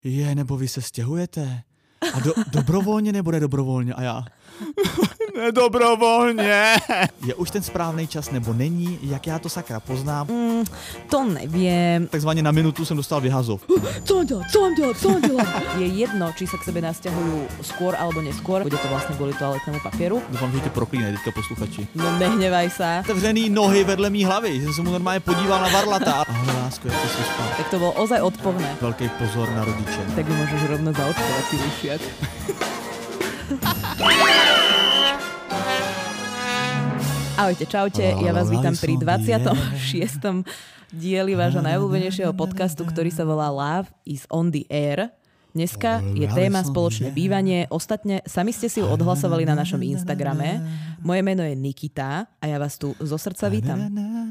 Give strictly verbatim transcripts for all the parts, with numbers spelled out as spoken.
je, nebo vy se stěhujete? A do, dobrovolně nebo nedobrovolně? A já, nedobrovolně. Je už ten správný čas nebo není? Jak já to sakra poznám? Mm, to neviem. Takzvaně na minutu jsem dostal vyhazov. Co mám dělat? Co mám dělat? Co mám dělat? Je jedno, či sa k sebe nasťahujú skôr alebo neskôr. Bude to vlastne kvôli toaletnému papieru. Doufám, že tě proklínají teďka posluchači. No nehnevaj sa. Otevřený nohy vedle mý hlavy, že jsem se mu normálně podíval na varlata. Ahoj lásko, jak jsi spal? Tak to bolo ozaj odpovné. Velký pozor na rodiče. Tak ju môžeš rovno zaočkovať, ty lišiak. Ahojte, čaute, ja vás vítam pri dvadsiatom šiestom dieli vášho najobľúbenejšieho podcastu, ktorý sa volá Love is on the air. Dneska je téma spoločné bývanie, ostatne sami ste si ju odhlasovali na našom Instagrame. Moje meno je Nikita a ja vás tu zo srdca vítam.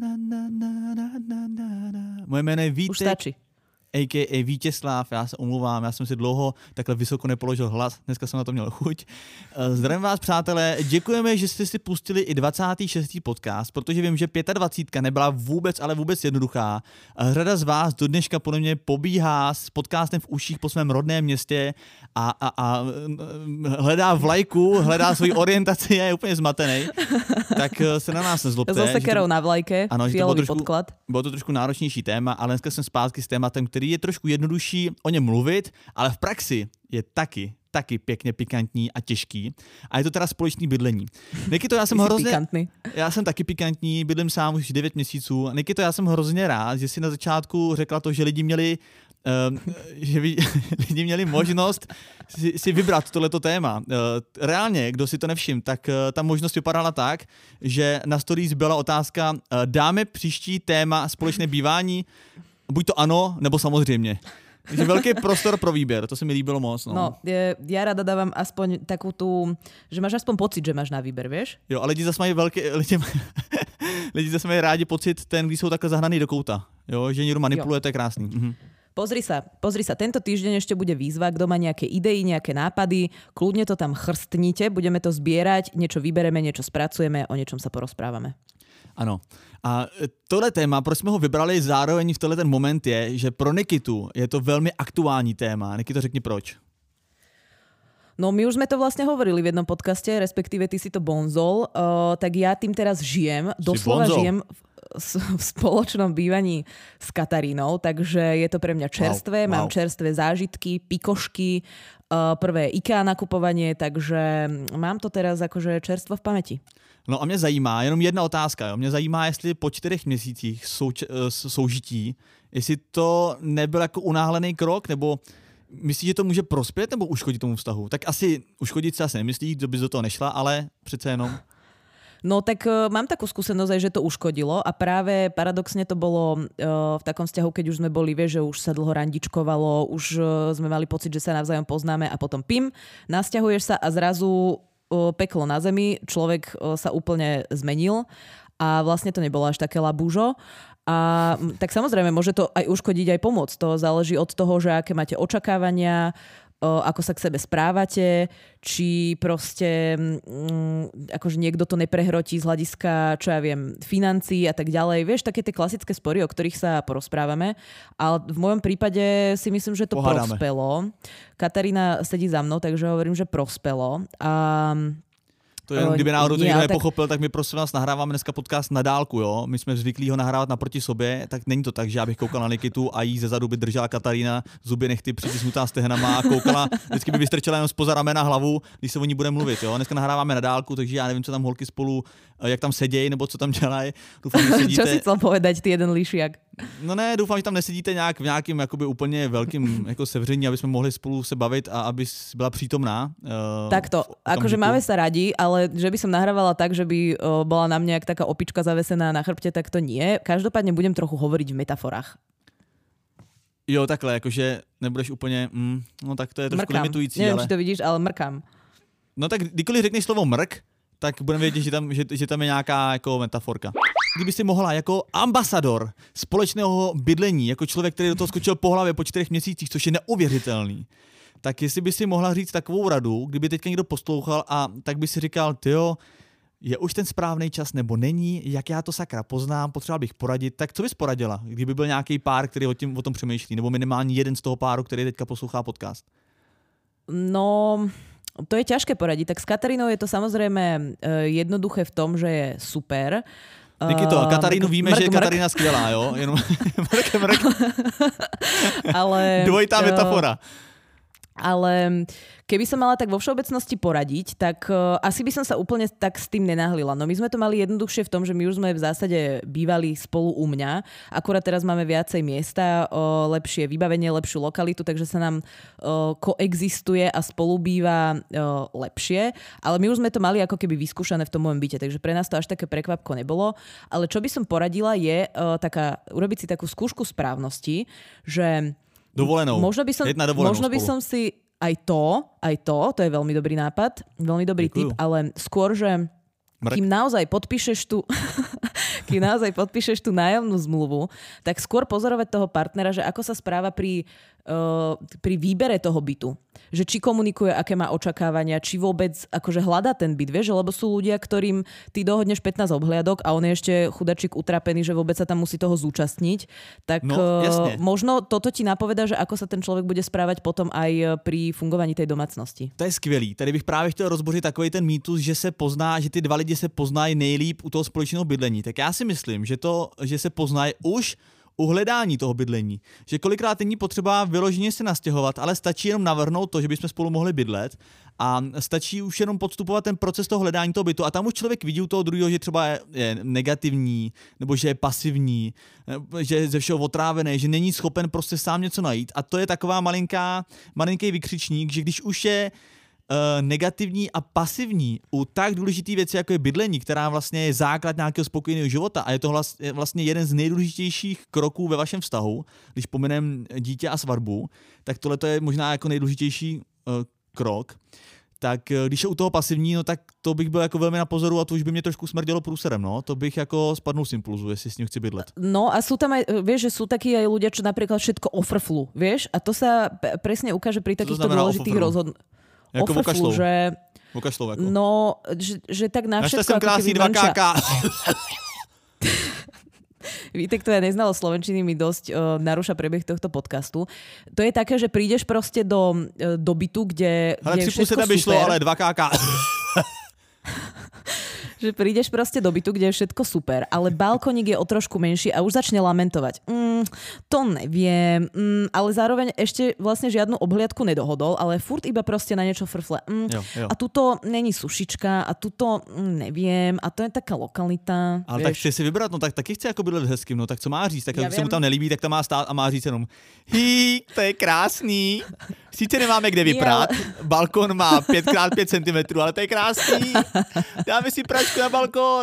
Moje jméno je Vítek. Už stačí. á ká á Vítězslav, já se omluvám, já jsem si dlouho takhle vysoko nepoložil hlas, dneska jsem na to měl chuť. Zdravím vás, přátelé, děkujeme, že jste si pustili i dvacátý šestý podcast, protože vím, že dvacítka pátá nebyla vůbec, ale vůbec jednoduchá. Řada z vás do dneška podle mě pobíhá s podcastem v uších po svém rodném městě a, a, a hledá vlajku, hledá svoji orientaci a je úplně zmatený. Tak se na nás nezlobte. So sekerou to, na vlajke, ano, fialový trošku, podklad. Bylo to trošku náročnější téma, ale dneska jsem zpátky s tématem, který je trošku jednodušší o něm mluvit, ale v praxi je taky, taky pěkně pikantní a těžký. A je to teda společný bydlení. Nikito, já jsem hrozně... pikantný. Já jsem taky pikantní, bydlím sám už devět měsíců. Nikito, já jsem hrozně rád, že si na začátku řekla to, že lidi měli Uh, že by, lidi měli možnost si, si vybrat tohleto téma. Uh, reálně, kdo si to nevšim, tak uh, ta možnost vypadala tak, že na stories byla otázka, uh, dáme příští téma společné bývání, buď to ano, nebo samozřejmě. Takže velký prostor pro výběr, to se mi líbilo moc. No, no ja rada dávam aspoň takú tú, že máš aspoň pocit, že máš na výber, vieš? Jo, ale lidi zase mají velký, lidi, lidi zase mají rádi pocit ten, když jsou takhle zahnaný do kouta. Jo, že někdo manipuluje, to je krásný. Mhm. Pozri sa, pozri sa, tento týždeň ešte bude výzva, kto má nejaké idei, nejaké nápady, kľudne to tam chrstnite, budeme to zbierať, niečo vybereme, niečo spracujeme, o niečom sa porozprávame. Ano. A tohle téma, proč jsme ho vybrali zároveň v tenhle ten moment je, že pro Nikitu je to velmi aktuální téma. Nikito, řekni proč. No my už sme to vlastne hovorili v jednom podcaste, respektíve ty si to bonzol, uh, tak ja tým teraz žijem, doslova žijem v, v spoločnom bývaní s Katarínou, takže je to pre mňa čerstvé, wow, wow. Mám čerstvé zážitky, pikošky, uh, prvé IKEA nakupovanie, takže mám to teraz akože čerstvo v pamäti. No a mě zajímá, jenom jedna otázka, jo. Mě zajímá, jestli po čtyřech měsících souč- soužití, jestli to nebyl jako unáhlený krok, nebo myslíš, že to může prospět nebo uškodit tomu vztahu? Tak asi uškodit se asi nemyslíš, kdo bys do toho nešla, ale přece jenom. No tak uh, mám takú skúsenosť aj, že to uškodilo a práve paradoxne to bolo uh, v takom vzťahu, keď už sme boli, vieš, že už sa dlho randičkovalo, už uh, sme mali pocit, že sa navzájom poznáme a potom pim, nasťahuješ sa a zrazu uh, peklo na zemi, človek uh, sa úplne zmenil a vlastne to nebolo až také labúžo. A tak samozrejme, môže to aj uškodiť, aj pomôcť. To záleží od toho, že aké máte očakávania, ako sa k sebe správate, či proste mm, akože niekto to neprehrotí z hľadiska, čo ja viem, financií a tak ďalej. Vieš, také tie klasické spory, o ktorých sa porozprávame. Ale v mojom prípade si myslím, že to Pohádame. prospelo. Katarína sedí za mnou, takže hovorím, že prospelo. A to jenom, kdyby náhodou to někdo nepochopil, tak my prosím vás nahráváme dneska podcast na dálku, jo. My jsme zvyklí ho nahrávat naproti sobě, tak není to tak, že já bych koukal na Nikitu a jí ze zadu by držela Katarína zuby nechty přitisnutá stehnama a koukala, vždycky by vystrčila jenom spoza ramena hlavu, když se o ní bude mluvit, jo. Dneska nahráváme na dálku, takže já nevím, co tam holky spolu, jak tam sedějí, nebo co tam dělají. Doufám, že sedíte... Čo si chcel povedať, ty jeden lišiak? No ne, doufám, že tam nesedíte nějak v nějakým jakoby úplně velkým jako sevření, aby jsme mohli spolu se bavit a aby byla přítomná. Uh, Takto, akože máme sa radi, ale že by som nahrávala tak, že by uh, bola na mňa jak taká opička zavesená na chrbte, tak to nie. Každopádne budem trochu hovoriť v metaforách. Jo, takhle, jakože nebudeš úplně, mm, no tak to je trošku mrkám. Limitující. Neviem, ale... či to vidíš, ale mrkám. No tak kdykoliv řekneš slovo mrk, tak budeme vědět, že tam, že, že tam je nějaká jako metaforka. Kdyby si mohla jako ambasador společného bydlení, jako člověk, který do toho skočil po hlavě po čtyřech měsících, což je neuvěřitelný, tak jestli by si mohla říct takovou radu, kdyby teďka někdo poslouchal a tak by si říkal, tyjo, je už ten správný čas nebo není, jak já to sakra poznám, potřeboval bych poradit, tak co bys poradila, kdyby byl nějaký pár, který o, tím, o tom přemýšlí, nebo minimálně jeden z toho páru, který teďka poslouchá podcast? No, to je ťažké poradiť. Tak s Katarínou je to samozrejme jednoduché v tom, že je super. Nikito, Katarínu víme, mrk, že je Katarína mrk. Skvělá, jo? Jenom mrk, mrk. Ale, dvojitá metafora. Ale keby som mala tak vo všeobecnosti poradiť, tak uh, asi by som sa úplne tak s tým nenahlila. No my sme to mali jednoduchšie v tom, že my už sme v zásade bývali spolu u mňa. Akurát teraz máme viacej miesta, uh, lepšie vybavenie, lepšiu lokalitu, takže sa nám uh, koexistuje a spolu býva uh, lepšie. Ale my už sme to mali ako keby vyskúšané v tom mojom byte, takže pre nás to až také prekvapko nebolo. Ale čo by som poradila je uh, taká, urobiť si takú skúšku správnosti, že dovolenou. Možno by som, možno by som si aj to, aj to, to je veľmi dobrý nápad, veľmi dobrý Ďakujem. Tip, ale skôr, že Mrk. kým naozaj podpíšeš tu kým naozaj podpíšeš tú nájomnú zmluvu, tak skôr pozorovať toho partnera, že ako sa správa pri, uh, pri výbere toho bytu. Že či komunikuje, aké má očakávania, či vôbec akože hľadá ten byt, vieš, lebo sú ľudia, ktorým ty dohodneš pätnásť obhliadok a on je ešte chudačík utrapený, že vôbec sa tam musí toho zúčastniť. Tak no, uh, možno toto ti napovedá, že ako sa ten človek bude správať potom aj pri fungovaní tej domácnosti. To je skvělý. Tady bych právě chtěl rozbořit takový ten mýtus, že se pozná, že ty dva lidi se poznají nejlíp u toho společného bydlení. Tak já si myslím, že to, že se poznají už u hledání toho bydlení. Že kolikrát není potřeba vyloženě se nastěhovat, ale stačí jenom navrhnout to, že bychom spolu mohli bydlet a stačí už jenom podstupovat ten proces toho hledání toho bytu a tam už člověk vidí u toho druhého, že třeba je, je negativní, nebo že je pasivní, že je ze všeho otrávený, že není schopen prostě sám něco najít a to je taková malinká, malinký vykřičník, že když už je negativní a pasivní u tak důležité věci, jako je bydlení, která vlastně je základ nějakého spokojeného života a je to vlastně jeden z nejdůležitějších kroků ve vašem vztahu, když pomenem dítě a svatbu, tak tohle je možná jako nejdůležitější uh, krok. Tak když je u toho pasivní, no tak to bych byl jako velmi na pozoru a to už by mě trošku smrdilo průserem, no. To bych jako spadnul z impulzu, jestli s ním chci bydlet. No a sú tam aj, vieš, že sú takí aj ľudia, čo napríklad všetko ofrflu, vieš? A to sa presne ukáže pri takýchto dôležitých rozhodnutiach. Jako vokašlou. Že... Vokašlou jako. No, že, že tak na všetko... Našťa jsem krásný dva ká ká. Vítek, to ja neznalo slovenčiny, mi dosť uh, narúša priebeh tohto podcastu. To je také, že prídeš proste do, uh, do bytu, kde, ale kde je všetko super. Ale by šlo, ale dva ká ká. Že prídeš proste do bytu, kde je všetko super, ale balkónik je o trošku menší a už začne lamentovať. Mm, to neviem, mm, ale zároveň ešte vlastne žiadnu obhliadku nedohodol, ale furt iba proste na niečo frfle. Mm, jo, jo. A tuto není sušička a tuto mm, neviem a to je taká lokalita. Ale vieš. Tak chce si vybrat, no tak taky chce jako bydlet hezkým, no tak co má říct, tak jak se mu tam nelíbí, tak tam má stát a má říct jenom hý, to je krásný. Sice nemáme kde vyprát, balkon má pět krát pět centimetrů, ale to je krásný. Dáme si pračku na balkón.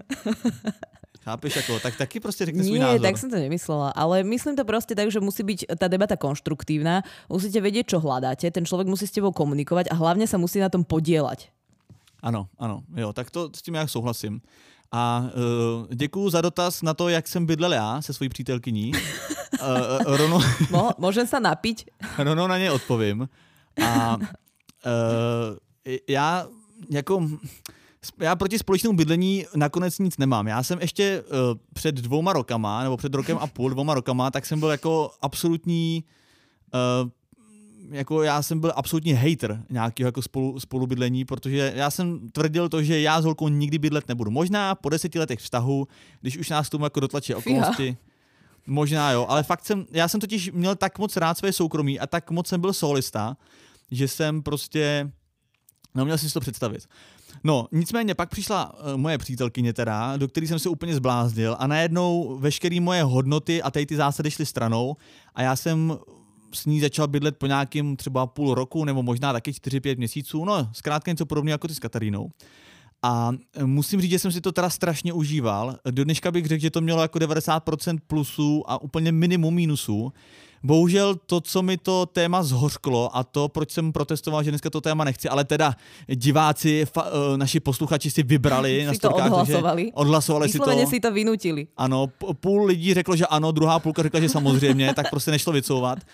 Chápeš, ako, tak taky prostě řekne svůj názor. Nie, tak som to nemyslela, ale myslím to proste tak, že musí byť tá debata konštruktívna, musíte vedieť, čo hľadáte, ten človek musí s tebou komunikovať a hlavne sa musí na tom podieľať. Ano, ano, jo, tak to s tím já souhlasím. A uh, děkuju za dotaz na to, jak jsem bydlel já se svojí přítelkyní. Uh, Rono... Mo, môžem sa napiť? Rono na ně odpovím. A uh, já jako... Já proti společnému bydlení nakonec nic nemám. Já jsem ještě uh, před dvouma rokama, nebo před rokem a půl, dvouma rokama, tak jsem byl jako absolutní, uh, jako já jsem byl absolutní hater nějakého jako spolu, spolubydlení, protože já jsem tvrdil to, že já s holkou nikdy bydlet nebudu. Možná po deseti letech vztahu, když už nás k tomu jako dotlačí okolnosti. Možná jo, ale fakt jsem, já jsem totiž měl tak moc rád své soukromí a tak moc jsem byl solista, že jsem prostě, no měl si to představit. No, nicméně pak přišla uh, moje přítelkyně teda, do který jsem se úplně zbláznil a najednou veškeré moje hodnoty a tady ty zásady šly stranou a já jsem s ní začal bydlet po nějakým třeba půl roku nebo možná taky čtyři pět měsíců, no zkrátka něco podobného jako ty s Katarínou. A musím říct, že jsem si to teda strašně užíval. Do dneška bych řekl, že to mělo jako devadesát procent plusů a úplně minimum mínusů. Bohužel to, co mi to téma zhořklo a to, proč jsem protestoval, že dneska to téma nechci, ale teda diváci, fa, naši posluchači si vybrali. Si na to odhlasovali. Že odhlasovali si to. Vyslovene si to vynutili. Ano, půl lidí řeklo, že ano, druhá půlka řekla, že samozřejmě, tak prostě nešlo vycouvat.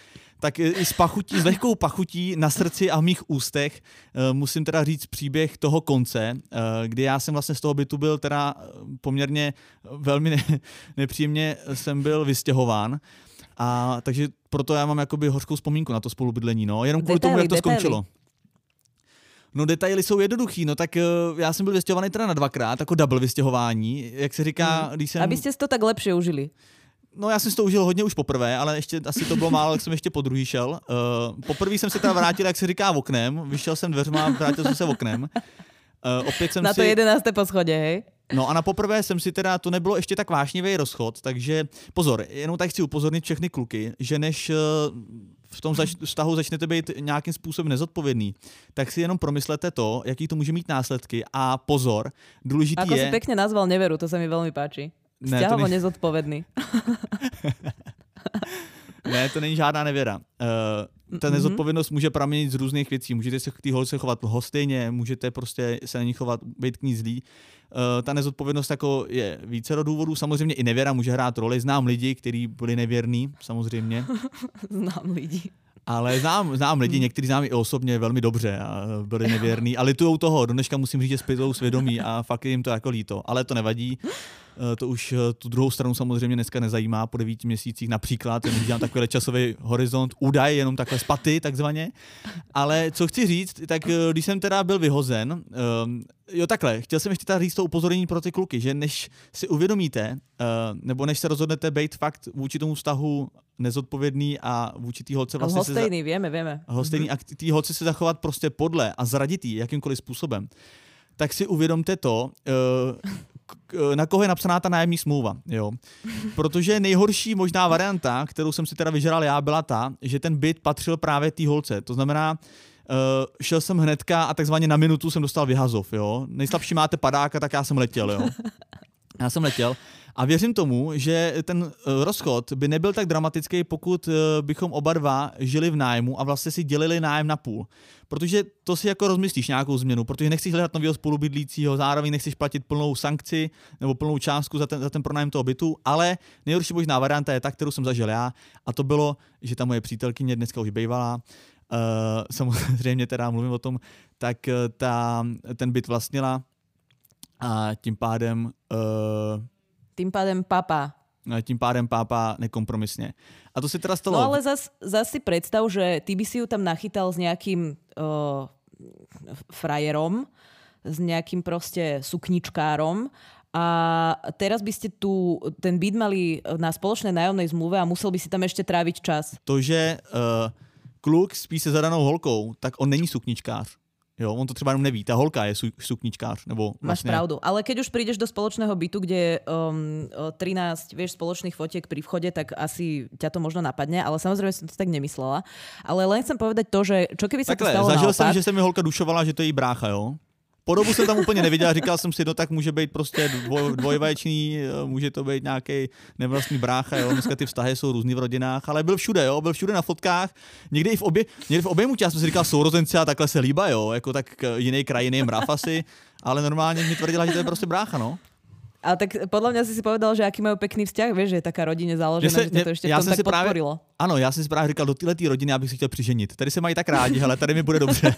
tak i s pachutí, s lehkou pachutí na srdci a v mých ústech musím teda říct příběh toho konce, kdy já jsem vlastně z toho bytu byl teda poměrně velmi ne, nepříjemně jsem byl vystěhován. A takže proto já mám jakoby hořkou vzpomínku na to spolubydlení, no, jenom kvůli detaily, tomu, jak to detaily. skončilo. No detaily jsou jednoduchý, no tak uh, já jsem byl vystěhovaný teda na dvakrát, jako double vystěhování, jak se říká, hmm. když jsem... Aby ste si to tak lepšie užili. No já jsem si to užil hodně už poprvé, ale ještě asi to bylo málo, jak jsem ještě po druhý šel. Uh, poprvé jsem se teda vrátil, jak se říká, v oknem, vyšel jsem dveřma, vrátil jsem se v oknem. Uh, opět jsem na to si... jedenácté poschodě, hej? No a na poprvé jsem si teda, to nebylo ještě tak vášnivý rozchod, takže pozor, jenom tak chci upozornit všechny kluky, že než v tom zač- vztahu začnete být nějakým způsobem nezodpovědný, tak si jenom promyslete to, jaký to může mít následky a pozor, důležitý Ako je... si pekne nazval neveru, to sa mi veľmi páči. Ne, Vzťahovo ne... nezodpovedný. Ne, to není žádná nevěra. Uh, ta nezodpovědnost může pramenit z různých věcí. Můžete se k té holce chovat lhostejně, můžete prostě se na ní chovat, být k ní zlý. Uh, ta nezodpovědnost jako je více důvodů. Samozřejmě i nevěra může hrát roli. Znám lidi, kteří byli nevěrní, samozřejmě. Znám lidi. Ale znám, znám lidi, někteří znám i osobně velmi dobře a byli nevěrní a litujou toho. Do dneška musím říct, že zpětou svědomí a fakt je jim to jako líto. Ale to nevadí. To už tu druhou stranu samozřejmě dneska nezajímá po devíti měsících například, jenom dělám takový časový horizont, údaj, jenom takhle z paty takzvaně. Ale co chci říct, tak když jsem teda byl vyhozen, um, jo takhle, chtěl jsem ještě teda říct to upozornění pro ty kluky, že než si uvědomíte, uh, nebo než se rozhodnete být fakt vůči tomu vztahu nezodpovědný a vůči té holce vlastně hostejný, se za... vieme, vieme. Hostejný a té holce se zachovat prostě podle a zradit jí jakýmkoliv způsobem, tak si uvědomte to, uh, na koho je napsaná ta nájemní smlouva, jo. Protože nejhorší možná varianta, kterou jsem si teda vyžral já, byla ta, že ten byt patřil právě té holce. To znamená, uh, šel jsem hnedka a takzvaně na minutu jsem dostal vyhazov, jo. Nejslabší máte padáka, tak já jsem letěl, jo. Já jsem letěl a věřím tomu, že ten uh, rozchod by nebyl tak dramatický, pokud uh, bychom oba dva žili v nájmu a vlastně si dělili nájem na půl. Protože to si jako rozmyslíš nějakou změnu, protože nechceš hledat nového spolubydlícího, zároveň nechceš platit plnou sankci nebo plnou částku za ten, za ten pronájem toho bytu, ale nejhorší možná varianta je ta, kterou jsem zažil já, a to bylo, že ta moje přítelkyně dneska už bývalá, uh, samozřejmě teda mluvím o tom, tak uh, ta, ten byt vlastnila a tím pádem uh, Tým pádem papa. tím pádem pápa nekompromisne. A to si teda stalo... No ale zas, zas si predstav, že ty by si ju tam nachytal s nejakým uh, frajerom, s nejakým proste sukničkárom a teraz by ste tu ten byt mali na spoločnej nájomnej zmluve a musel by si tam ešte tráviť čas. To, že uh, kluk spí se zadanou holkou, tak on není sukničkář. Jo, on to třeba jenom neví, ta holka je su- sukničkář. Nebo Máš vlastne... pravdu, ale keď už prídeš do spoločného bytu, kde je um, trinásť vieš, spoločných fotiek pri vchode, tak asi ťa to možno napadne, ale samozrejme som to tak nemyslela. Ale len chcem povedať to, že čo keby sa Takhle, to stalo zažil naopak... jsem, že se mi holka dušovala, že to je jí brácha, jo. Podobu jsem tam úplně neviděl, říkal jsem si, no tak může být prostě dvoj, dvojvaječný, může to být nějaký nevlastní brácha, jo. Dneska ty vztahy jsou různý v rodinách, ale byl všude, jo, byl všude na fotkách, někdy i v obě, někdy v objemu já jsem si říkal sourozenci a takhle se líba, jo, jako tak jiný kraj, jiný mrav asi, ale normálně mi tvrdila, že to je prostě brácha, no. Ale tak podľa mňa si si povedal, že aký majú pekný vzťah, vieš, že je taká rodine založená, se, že to, to ešte já v tom tak právě, podporilo. Ano, já jsem si právě říkal, do této rodiny já bych si chtěl přiženit. Tady se mají tak rádi, hele, tady mi bude dobře.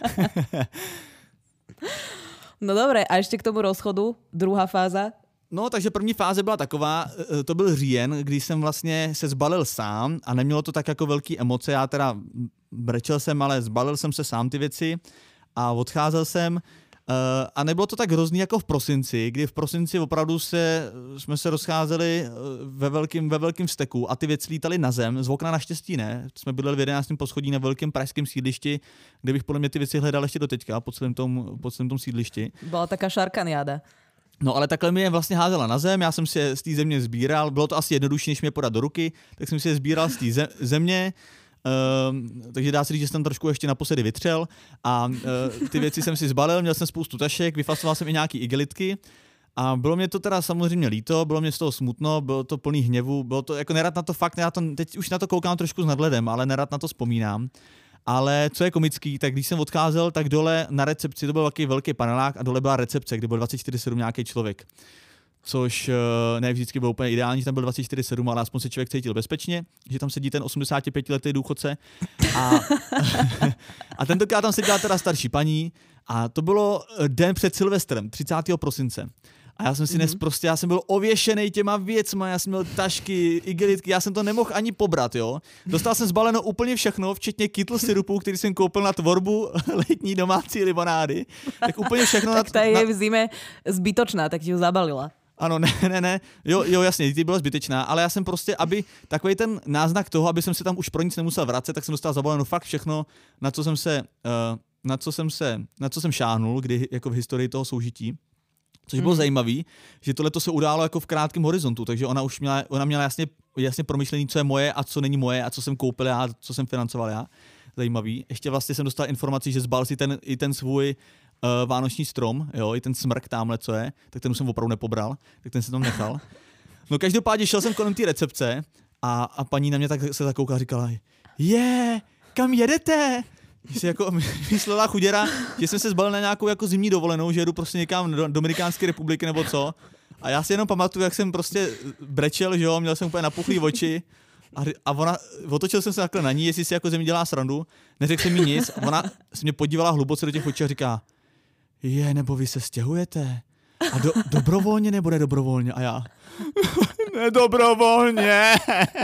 No dobre, a ešte k tomu rozchodu, druhá fáza? No, takže první fáze byla taková, to byl říjen, kdy jsem vlastně se zbalil sám a nemělo to tak jako velký emoce, já teda brečel jsem, ale zbalil jsem se sám ty věci a odcházel jsem. Uh, a nebylo to tak hrozný jako v prosinci, kdy v prosinci opravdu se, jsme se rozcházeli ve velkým, ve velkým vzteku a ty věci lítaly na zem, z okna naštěstí ne. Jsme bydleli v jedenáctém poschodí na velkém pražském sídlišti, kde bych podle mě ty věci hledal ještě do teďka po celém tom, po celém tom sídlišti. Byla taká šarkaniáda. No ale takhle mi je vlastně házela na zem, já jsem si je z té země sbíral, bylo to asi jednodušší, než mě podat do ruky, tak jsem si je sbíral z té země. Uh, takže dá se říct, že jsem trošku ještě naposledy vytřel a uh, ty věci jsem si zbalil, měl jsem spoustu tašek, vyfasoval jsem i nějaký igelitky a bylo mě to teda samozřejmě líto, bylo mě z toho smutno, bylo to plný hněvu, bylo to jako nerad na to fakt, já to, teď už na to koukám trošku s nadhledem, ale nerad na to vzpomínám. Ale co je komický, tak když jsem odcházel, tak dole na recepci, to byl velký velký panelák a dole byla recepce, kde byl dvacet čtyři sedm nějaký člověk. což ne vždycky bylo úplně ideální, že tam byl dvacet čtyři sedm, ale aspoň se člověk cítil bezpečně, že tam sedí ten osmdesátipětiletý důchodce. A, a tentokrát tam seděla teda starší paní a to bylo den před Silvestrem, třicátého prosince. A já jsem si dnes mm-hmm. prostě, já jsem byl ověšený těma věcma, já jsem měl tašky, igelitky, já jsem to nemohl ani pobrat, jo. Dostal jsem zbaleno úplně všechno, včetně kytl syrupu, který jsem koupil na tvorbu letní domácí limonády. Tak úplně všechno. Tak ta na, je na... v zime zbytočná, tak ti ju zabalila. Ano, ne, ne, ne, jo, jo, jasně, ty byla zbytečná, ale já jsem prostě, aby takový ten náznak toho, aby jsem se tam už pro nic nemusel vracet, tak jsem dostal zabaleno fakt všechno, na co jsem se, uh, na co jsem se, na co jsem šáhnul, kdy jako v historii toho soužití. Což bylo hmm. zajímavý, že tohle se událo jako v krátkém horizontu, takže ona už měla, ona měla jasně, jasně promyšlený, co je moje a co není moje a co jsem koupil já, co jsem financoval já. Zajímavý. Ještě vlastně jsem dostal informaci, že zbal si ten, i ten svůj uh, vánoční strom, jo, i ten smrk tamhle, co je, tak ten už jsem opravdu nepobral, tak ten jsem tam nechal. No každopádně šel jsem kolem té recepce a, a paní na mě tak se zakouká a říkala, je, kam jedete? Že si jako myslela chuděra, že jsem se zbalil na nějakou jako zimní dovolenou, že jedu prostě někam do Dominikánské republiky nebo co. A já si jenom pamatuju, jak jsem prostě brečel, že jo, měl jsem úplně napuchlý oči a, a ona, otočil jsem se takhle na ní, jestli si jako ze mě dělá srandu, neřekl jsem jí nic a ona se mě podívala hluboce do těch očí a říká, je, nebo vy se stěhujete? A do, dobrovolně nebo nedobrovolně? A já, nedobrovolně.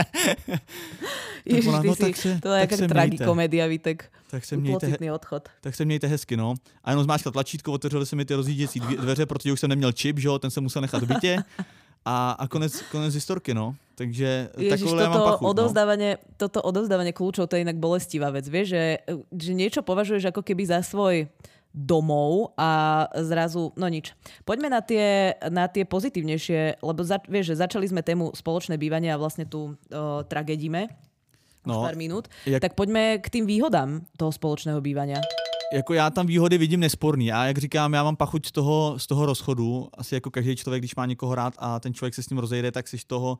Ježiš, ona, no, ty si, se, to je jaká tragikomédia, Vítek. Tak se mějte, he- odchod. tak se mějte hezky, no. A jenom zmáčkal tlačítko, otevřely se mi ty rozjížděcí dveře, protože už jsem neměl čip, že jo, ten jsem musel nechat v bytě. A, a konec, konec historky, no. Takže Ježiš, takové mám pachuť, odovzdávanie, no. Toto odovzdávanie kľúčov, to je inak bolestivá vec, vieš, že, že niečo považuješ ako keby za svoj domov a zrazu, no nič. Poďme na tie, na tie pozitívnejšie, lebo za, vieš, že začali sme tému spoločné bývanie a vlastne tu uh, tragedíme. No, pár minút. Jak... Tak pojďme k tým výhodám toho společného bývania. Jako já tam výhody vidím nesporný. A jak říkám, já mám pachuť z toho, z toho rozchodu. Asi jako každý člověk, když má někoho rád a ten člověk se s ním rozejde, tak jsi z toho,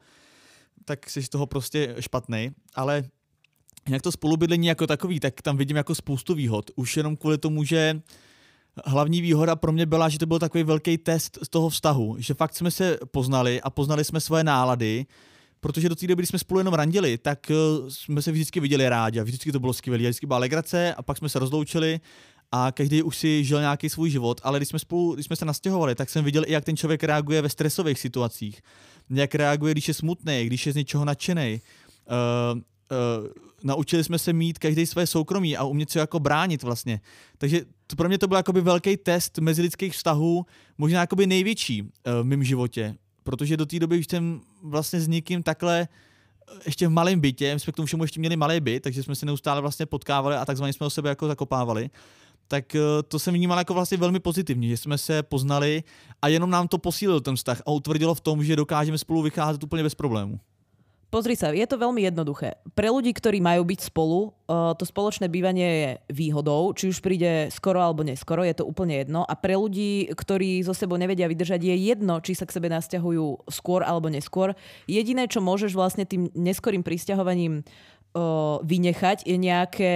tak jsi z toho prostě špatnej. Ale jak to spolubydlení jako takový, tak tam vidím jako spoustu výhod. Už jenom kvůli tomu, že hlavní výhoda pro mě byla, že to byl takový velký test z toho vztahu. Že fakt jsme se poznali a poznali jsme svoje nálady. Protože do té doby, když jsme spolu jenom randili, tak jsme se vždycky viděli rádi a vždycky to bylo skvělé. Vždycky byla legrace a pak jsme se rozloučili a každý už si žil nějaký svůj život. Ale když jsme spolu, když jsme se nastěhovali, tak jsem viděl i, jak ten člověk reaguje ve stresových situacích. Jak reaguje, když je smutný, když je z něčeho nadšenej. Uh, uh, naučili jsme se mít každý své soukromí a umět se jako bránit vlastně. Takže to pro mě to byl jakoby velký test mezilidských vztahů, možná jakoby největší uh, v mém životě. Protože do té doby už jsem vlastně s někým takhle ještě v malém bytě, my jsme k tomu všemu ještě měli malý byt, takže jsme se neustále vlastně potkávali a takzvaně jsme o sebe jako zakopávali, tak to jsem vnímal jako vlastně velmi pozitivně, že jsme se poznali a jenom nám to posílilo ten vztah a utvrdilo v tom, že dokážeme spolu vycházet úplně bez problému. Pozri sa, je to veľmi jednoduché. Pre ľudí, ktorí majú byť spolu, to spoločné bývanie je výhodou, či už príde skoro alebo neskoro, je to úplne jedno. A pre ľudí, ktorí so sebou nevedia vydržať, je jedno, či sa k sebe nasťahujú skôr alebo neskôr. Jediné, čo môžeš vlastne tým neskorým prisťahovaním O, vynechať je nejaké,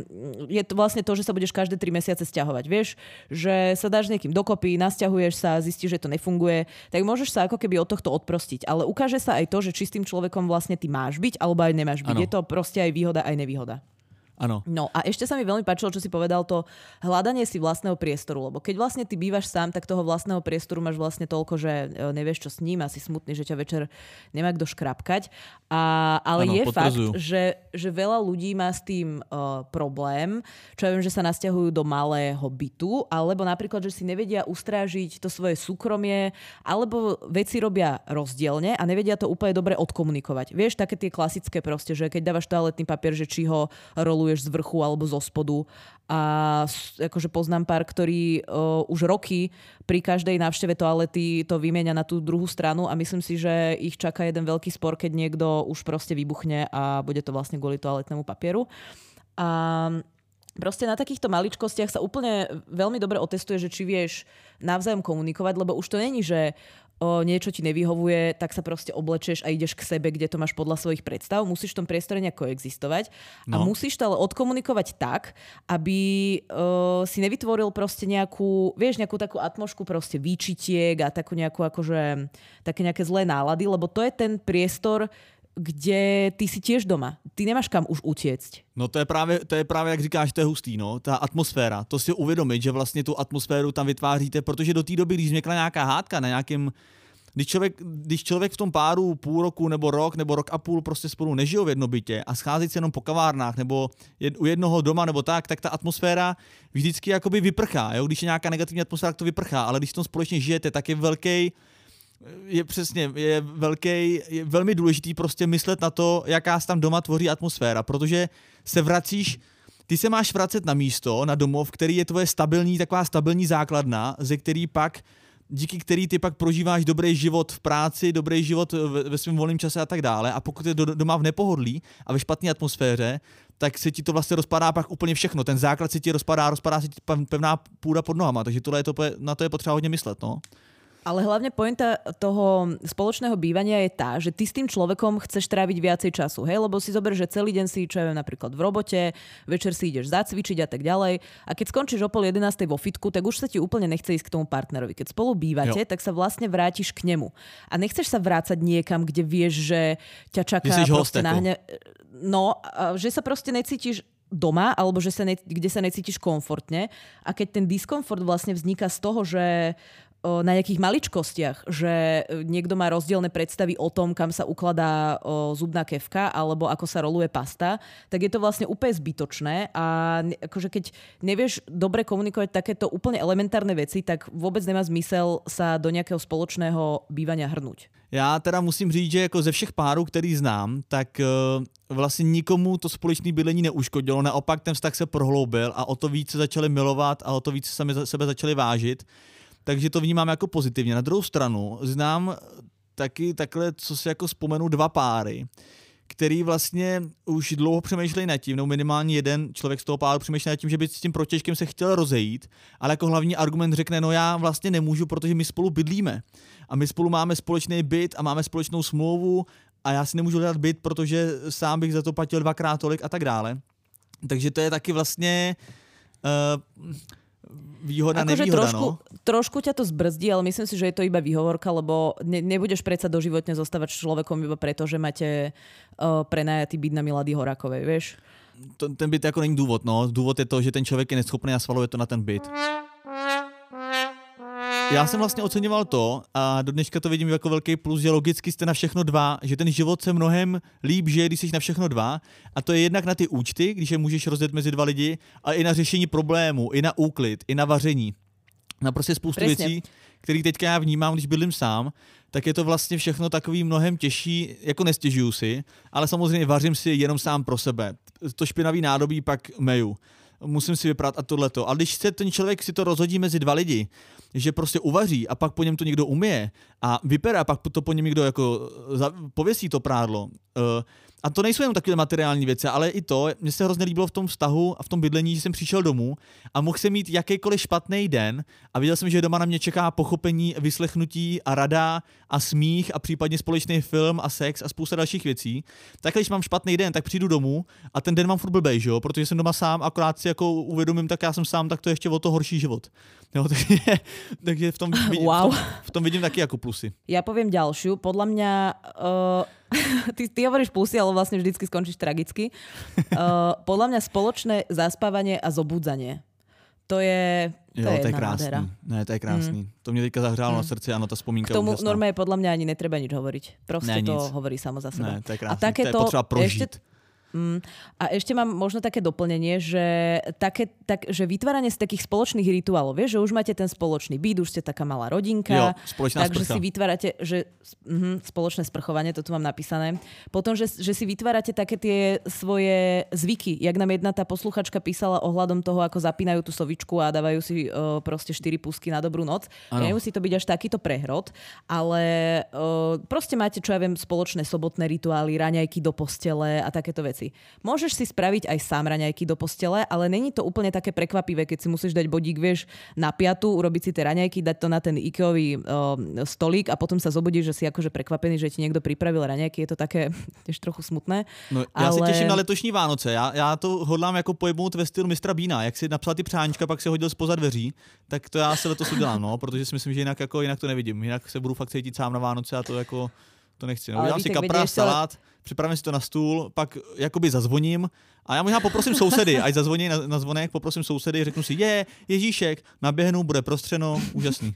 je to vlastne to, že sa budeš každé tri mesiace sťahovať. Vieš, že sa dáš niekým dokopy, nasťahuješ sa, zistíš, že to nefunguje, tak môžeš sa ako keby od tohto odprostiť. Ale ukáže sa aj to, že či s tým človekom vlastne ty máš byť, alebo aj nemáš byť. Ano. Je to proste aj výhoda, aj nevýhoda. Áno. No a ešte sa mi veľmi páčilo, čo si povedal, to hľadanie si vlastného priestoru, lebo keď vlastne ty bývaš sám, tak toho vlastného priestoru máš vlastne toľko, že nevieš, čo s ním, asi smutný, že ťa večer nemá kto škrapkať. A, ale ano, je potvrdzujú. fakt, že, že veľa ľudí má s tým uh, problém, čo ja viem, že sa nasťahujú do malého bytu, alebo napríklad, že si nevedia ustrážiť to svoje súkromie, alebo veci robia rozdielne a nevedia to úplne dobre odkomunikovať. Vieš, také tie klasické proste, že keď dávaš toaletný papier, že či ho roluješ z vrchu alebo zo spodu. A akože poznám pár, ktorí uh, už roky pri každej návšteve toalety to vymieňa na tú druhú stranu a myslím si, že ich čaká jeden veľký spor, keď niekto už proste vybuchne a bude to vlastne kvôli toaletnému papieru. A proste na takýchto maličkostiach sa úplne veľmi dobre otestuje, že či vieš navzájom komunikovať, lebo už to není, že o, niečo ti nevyhovuje, tak sa proste oblečeš a ideš k sebe, kde to máš podľa svojich predstav. Musíš v tom priestore nejako existovať a no. musíš to ale odkomunikovať tak, aby o, si nevytvoril proste nejakú, vieš, nejakú takú atmošku proste výčitiek a takú nejakú akože také nejaké zlé nálady, lebo to je ten priestor, kde ty si tiež doma. Ty nemáš kam už utiecť. No to je právě, to je právě, jak říkáš, to je hustý, no, ta atmosféra. To si uvědomit, že vlastně tu atmosféru tam vytváříte, protože do té doby, když vznikla nějaká hádka na nějakým, když člověk, když člověk v tom páru půl roku nebo rok nebo rok a půl prostě spolu nežijou v jednom bytě a schází se jenom po kavárnách nebo jed, u jednoho doma nebo tak, tak ta atmosféra vždycky jakoby vyprchá. Jo? Když je nějaká negativní atmosféra, tak to vyprchá, ale když v tom společně žijete, tak je velký je přesně, je velký, je velmi důležitý prostě myslet na to, jaká se tam doma tvoří atmosféra, protože se vracíš, ty se máš vracet na místo, na domov, který je tvoje stabilní, taková stabilní základna, ze který pak, díky který ty pak prožíváš dobrý život v práci, dobrý život ve, ve svém volném čase a tak dále. A pokud je do, doma v nepohodlí a ve špatné atmosféře, tak se ti to vlastně rozpadá pak úplně všechno. Ten základ se ti rozpadá, rozpadá se ti pevná půda pod nohama, takže tohle je to, na to je potřeba hodně myslet, no. Ale hlavne pointa toho spoločného bývania je tá, že ty s tým človekom chceš tráviť viacej času, hej? Lebo si zober, že celý deň si, čo ja viem, napríklad v robote, večer si ideš zacvičiť a tak ďalej. A keď skončíš o pol jedenástej vo fitku, tak už sa ti úplne nechce ísť k tomu partnerovi. Keď spolu bývate, jo. tak sa vlastne vrátiš k nemu. A nechceš sa vrácať niekam, kde vieš, že ťa čaká proste nahňa... No, že sa proste necítiš doma, alebo že sa ne... kde sa necítiš komfortne. A keď ten diskomfort vlastne vzniká z toho, že na nejakých maličkostiach, že niekto má rozdielne predstavy o tom, kam sa ukladá o, zubná kefka alebo ako sa roluje pasta, tak je to vlastne úplne zbytočné a akože keď nevieš dobre komunikovať takéto úplne elementárne veci, tak vôbec nemá zmysel sa do nejakého spoločného bývania hrnúť. Já teda musím říct, že jako ze všech párů, který znám, tak uh, vlastně nikomu to společné bydlení neuškodilo, naopak ten vztah se prohloubil a o to víc se začali milovat a o to víc se sami za sebe začali vážit. Takže to vnímám jako pozitivně. Na druhou stranu znám taky takhle, co si jako vzpomenu, dva páry, který vlastně už dlouho přemýšlejí nad tím, nebo minimálně jeden člověk z toho páru přemýšlí nad tím, že by s tím protěžkem se chtěl rozejít, ale jako hlavní argument řekne, no já vlastně nemůžu, protože my spolu bydlíme a my spolu máme společný byt a máme společnou smlouvu a já si nemůžu dát byt, protože sám bych za to platil dvakrát tolik a tak dále. Takže to je taky vlastně... Uh, výhoda, akože nevýhoda, trošku, no. Trošku ťa to zbrzdí, ale myslím si, že je to iba výhovorka, lebo ne, nebudeš predsa doživotne zostávať s človekom iba preto, že máte uh, prenajatý byt na Milady Horákovej, vieš? To, ten byt jako není důvod, no. Důvod je to, že ten člověk je neschopný a svaluje to na ten byt. Já jsem vlastně oceňoval to a do dneška to vidím jako velký plus, že logicky jste na všechno dva, že ten život se mnohem líp žije, když jsi na všechno dva a to je jednak na ty účty, když je můžeš rozdělit mezi dva lidi a i na řešení problémů, i na úklid, i na vaření. Na prostě spoustu Presně. věcí, které teďka já vnímám, když bydlím sám, tak je to vlastně všechno takový mnohem těžší, jako nestěžuju si, ale samozřejmě vařím si jenom sám pro sebe. To špinavý nádobí pak meju. Musím si vyprat a tohleto. A když se ten člověk si to rozhodí mezi dva lidi, že prostě uvaří a pak po něm to někdo umyje a vypere a pak to po něm někdo jako pověsí to prádlo. A to nejsou jenom takové materiální věci, ale i to, mně se hrozně líbilo v tom vztahu a v tom bydlení, že jsem přišel domů a mohl jsem mít jakýkoliv špatný den a viděl jsem, že doma na mě čeká pochopení, vyslechnutí a rada a smích a případně společný film a sex a spousta dalších věcí. Tak když mám špatný den, tak přijdu domů a ten den mám furt blbej, že jo? Protože jsem doma sám, akorát si jako uvědomím, tak já jsem sám, tak to je ještě o to horší život. Jo, takže, takže v, tom vidím, wow. v, tom, v tom vidím taky jako plusy. Ja poviem ďalšiu. Podľa mňa... Uh... Ty, ty hovoríš plusy, ale vlastne vždycky skončíš tragicky. Uh, podľa mňa spoločné zaspávanie a zobudzanie. To je... To jo, je, to je krásný. Ne, to je krásný. Mm. To mě teďka zahřálo mm. na srdci, ano, ta vzpomínka. K tomu normálne podľa mňa ani netreba nič hovoriť. Proste ne, to nic. hovorí samo za seba. Ne, to je krásný. A takéto, to je potřeba prožít. Ešte, Mm, a ešte mám možno také doplnenie, že, také, tak, že vytváranie z takých spoločných rituálov, vieš, že už máte ten spoločný byt, už ste taká malá rodinka, takže si vytvárate, že uh, spoločné sprchovanie, to tu mám napísané, potom, že, že si vytvárate také tie svoje zvyky, jak nám jedna tá posluchačka písala ohľadom toho, ako zapínajú tú sovičku a dávajú si uh, proste štyri pusky na dobrú noc. Ja, nemusí to byť až takýto prehrod, ale uh, proste máte, čo ja viem, spoločné sobotné rituály, raňajky do postele a takéto veci. Môžeš si spraviť aj sám raňajky do postele, ale není to úplne také prekvapivé, keď si musíš dať bodík, vieš, na piatu, urobiť si tie raňajky, dať to na ten IKEAový uh, stolík a potom sa zobudíš, že si akože prekvapený, že ti niekto pripravil raňajky. Je to také tiež trochu smutné. No, já ale... se těším na letošní Vánoce. Já, já to hodlám jako pojmout ve stylu mistra Bína. Jak si napsal ty přáníčka, pak se hodil spoza dveří, tak to já se letos udělám, no, protože si myslím, že jinak, jako, jinak to nevidím. Jinak se budu fakt cítit sám na Vánoce a to jako to nechci. No, udělám si kapra, salát, připravím si to na stůl, pak jakoby zazvoním a já možná poprosím sousedy, ať zazvoní na, na zvonek, poprosím sousedy, řeknu si, je, Ježíšek, naběhnu, bude prostřeno, úžasný.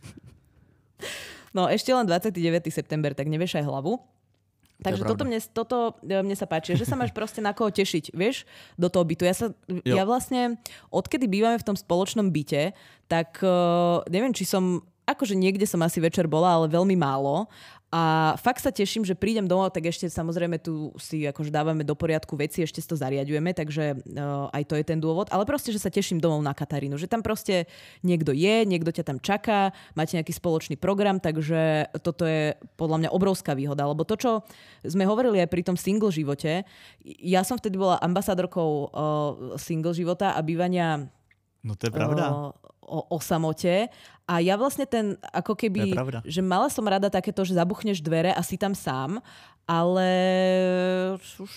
No ešte len dvadsiateho deviateho september, tak nevieš aj hlavu. Takže toto mne, toto mne sa páči, že sa máš proste na koho tešiť, vieš, do toho bytu. Ja, sa, ja vlastne, odkedy bývame v tom spoločnom byte, tak uh, neviem, či som, akože niekde som asi večer bola, ale veľmi málo. A fakt sa teším, že prídem domov, tak ešte samozrejme tu si akože dávame do poriadku veci, ešte si to zariaďujeme, takže uh, aj to je ten dôvod. Ale proste, že sa teším domov na Katarínu, že tam proste niekto je, niekto ťa tam čaká, máte nejaký spoločný program, takže toto je podľa mňa obrovská výhoda, lebo to, čo sme hovorili aj pri tom single živote, ja som vtedy bola ambasádorkou uh, single života a bývania no to je pravda. Uh, o, o samote. A ja vlastne ten, ako keby, že mala som rada takéto, že zabuchneš dvere a si tam sám, ale už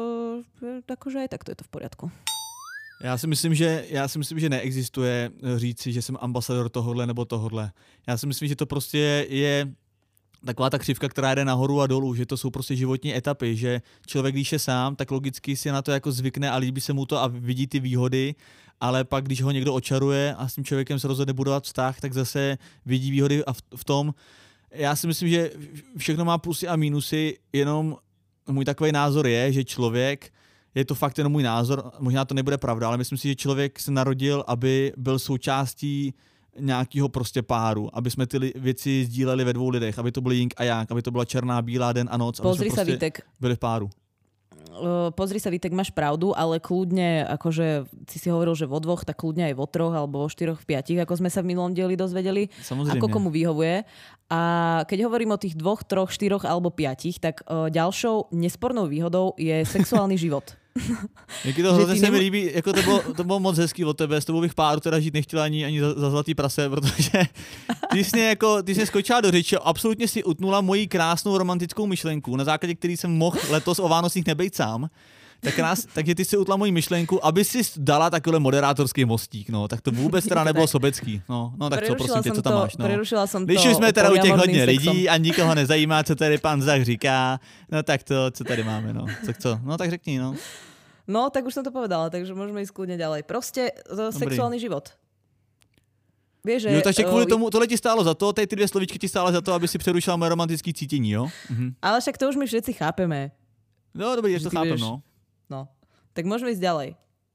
uh, akože aj takto je to v poriadku. Já si myslím, že, já si myslím, že neexistuje říci, že jsem ambasador tohodle nebo tohodle. Já si myslím, že to prostě je taková ta křivka, která jde nahoru a dolů, že to jsou prostě životní etapy, že člověk, když je sám, tak logicky si na to jako zvykne a líbí se mu to a vidí ty výhody, ale pak, když ho někdo očaruje a s tím člověkem se rozhodne budovat vztah, tak zase vidí výhody a v, v tom, já si myslím, že všechno má plusy a mínusy, jenom můj takový názor je, že člověk, je to fakt jenom můj názor, možná to nebude pravda, ale myslím si, že člověk se narodil, aby byl součástí nějakého prostě páru, aby jsme ty věci sdíleli ve dvou lidech, aby to byl yin a yang, aby to byla černá, bílá, den a noc, aby Pozri jsme sa, prostě Vítek. byli v páru. Uh, pozri sa, Vítek, máš pravdu, ale kľudne, akože si si hovoril, že vo dvoch, tak kľudne aj vo troch, alebo vo štyroch, v piatich, ako sme sa v minulom dieli dozvedeli. Samozrejme. Ako komu vyhovuje. A keď hovorím o tých dvoch, troch, štyroch alebo piatich, tak uh, ďalšou nespornou výhodou je sexuálny život. Jaký to hrozně se mi líbí, jako to bylo, to bylo moc hezký od tebe, s tebou bych páru teda žít nechtěla ani, ani za, za zlatý prase, protože ty jsi, jako, ty jsi skočila do řeči, absolutně si utnula moji krásnou romantickou myšlenku, na základě který jsem mohl letos o Vánocích nebejt sám. Tak nás, takže ty si utla moji myšlenku, aby si dala takový moderátorský mostík, no, tak to vůbec teda nebylo sobecký, no, no tak co, prosím tě, co tam to, máš, no. Prerušila jsem Když to už jsme teda u těch hodně sexom. lidí a nikoho nezajímá, co tady pan Zach říká, no tak to, co tady máme, no, co, co, no tak řekni, no. No, tak už som to povedala, takže môžeme ísť kľudne ďalej. Proste sexuálny život. Vieš, že... Jo, takže kvůli tomu, tohle ti stálo za to, ty dvě slovíčky ti stálo za to, aby si přerušila moje romantické cítění, jo? Mhm. Ale však to už my všetci chápeme. No, dobrý, že to chápem, vieš, no. No, tak môžeme ísť ďalej.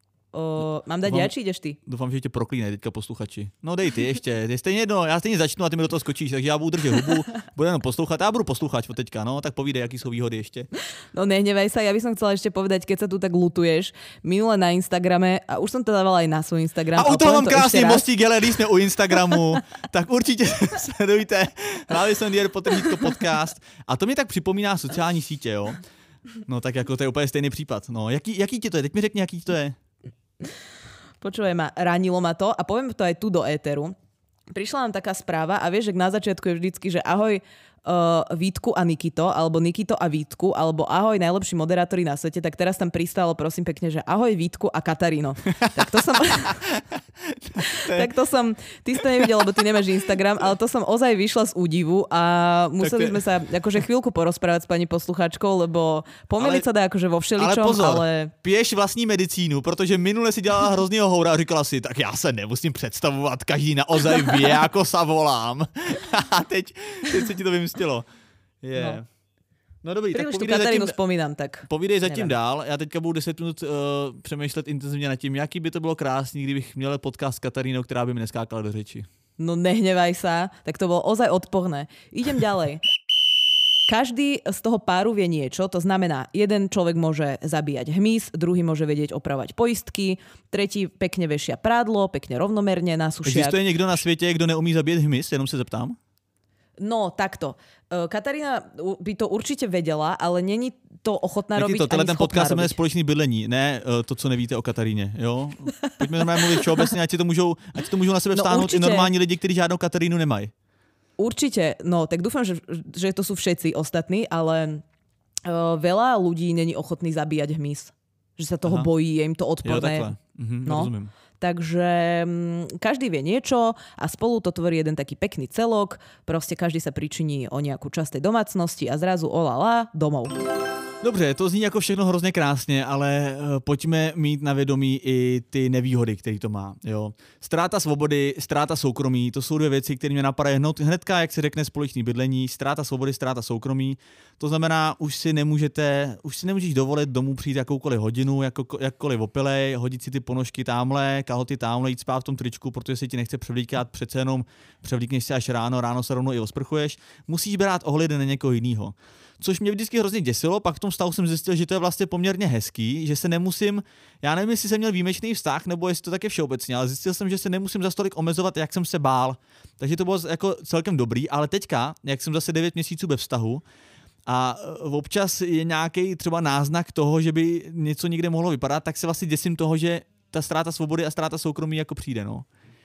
O, mám dať ja, či ideš ty? Doufám, že tě proklínají teďka posluchači. No dej ty ještě, je stejně jedno, já stejně začnu a ty mi do toho skočíš, takže já budu držet hubu, budu jenom poslouchat, já budu posluchač od teďka, no, tak povídej, jaký jsou výhody ještě. No nehnevaj sa, ja by som chcela ešte povedať, keď sa tu tak lutuješ, minule na Instagrame, a už som to dávala aj na svoj Instagram. A u toho mám krásný mostík, hele, když jsme u Instagramu, tak určitě sledujte Hlavy jsem Dier Potržítko podcast a to mě tak připomíná sociální sítě, jo. No tak jako to je úplně stejný případ, no, jaký, jaký ti to je, teď mi řekni, jaký ti to je. Počúvaj ma, ranilo ma to a poviem to aj tu do éteru. Prišla nám taká správa a vieš, že na začiatku je vždycky, že ahoj uh, Vítku a Nikito, alebo Nikito a Vítku, alebo ahoj najlepší moderátori na svete, tak teraz tam pristalo prosím pekne, že ahoj Vítku a Kataríno. Tak to som... tak to som... Ty si to nevidel, lebo ty nemáš Instagram, ale to som ozaj vyšla z údivu a museli sme sa akože chvíľku porozprávať s pani posluchačkou, lebo pomeliť sa dá akože vo všeličom, ale... pozor, ale... piješ vlastní medicínu, protože minule si dělala hroznýho houra a říkala si, tak já se nemusím představovat, každý naozaj vie, ako sa volám. A teď, teď se ti to vymstilo. Yeah. No. No dobrý, Príliš tak povídej zatím, spomínám, tak povídej zatím dál. Já teďka budu deset minut uh, přemýšlet intenzivně nad tím, jaký by to bylo krásný, kdybych měl podcast s Katarínou, která by mi neskákala do řeči. No nehnevaj sa, tak to bolo ozaj odporné. Idem ďalej. Každý z toho páru vie niečo, to znamená, jeden človek môže zabíjať hmyz, druhý môže vedieť opravovať poistky, tretí pekne vešia prádlo, pekne rovnomerne na sušiak. Existuje někdo na světě, kdo neumí zabíjet hmyz? Jenom se zeptám. No, takto. Katarína by to určite vedela, ale není to ochotná robiť to, ani ten podcast se jmenuje robiť. Společný bydlení, ne to, co nevíte o Kataríně, jo? Pojďme normálně mluvit všeobecně, ať si to můžou, ať to můžou na sebe vstáhnout no, i normální lidi, kteří žádnou Katarínu nemají. Určite, no tak dúfam, že, že to sú všetci ostatní, ale uh, veľa ľudí není ochotný zabíjať hmyz. Že sa toho Aha. bojí, je im to odporné. Jo, mhm, no. Rozumím. Takže um, každý vie niečo a spolu to tvorí jeden taký pekný celok. Proste každý sa pričiní o nejakú časť tej domácnosti a zrazu olala domov. Dobře, to zní jako všechno hrozně krásně, ale uh, pojďme mít na vědomí i ty nevýhody, které to má. Jo. Ztráta svobody, ztráta soukromí, to jsou dvě věci, které mě napadají hnedka, jak se řekne společný bydlení, ztráta svobody, ztráta soukromí. To znamená, už si nemůžete, už si nemůžeš dovolit domů přijít jakoukoliv hodinu, jako, jakkoliv opilej, hodit si ty ponožky támhle, kalhoty támhle, jít spát v tom tričku, protože si ti nechce převlíkat, přece jenom převlíkneš si až ráno, ráno se rovnou i osprchuješ. Musíš brát ohledy na někoho jiného. Což mě vždycky hrozně děsilo, pak v tom stavu jsem zjistil, že to je vlastně poměrně hezký, že se nemusím, já nevím, jestli jsem měl výjimečný vztah, nebo jestli to tak je všeobecně, ale zjistil jsem, že se nemusím za stolik omezovat, jak jsem se bál. Takže to bylo jako celkem dobrý, ale teďka, jak jsem zase devět měsíců ve vztahu a občas je nějaký třeba náznak toho, že by něco někde mohlo vypadat, tak se vlastně děsím toho, že ta ztráta svobody a ztráta soukromí jako přijde, no.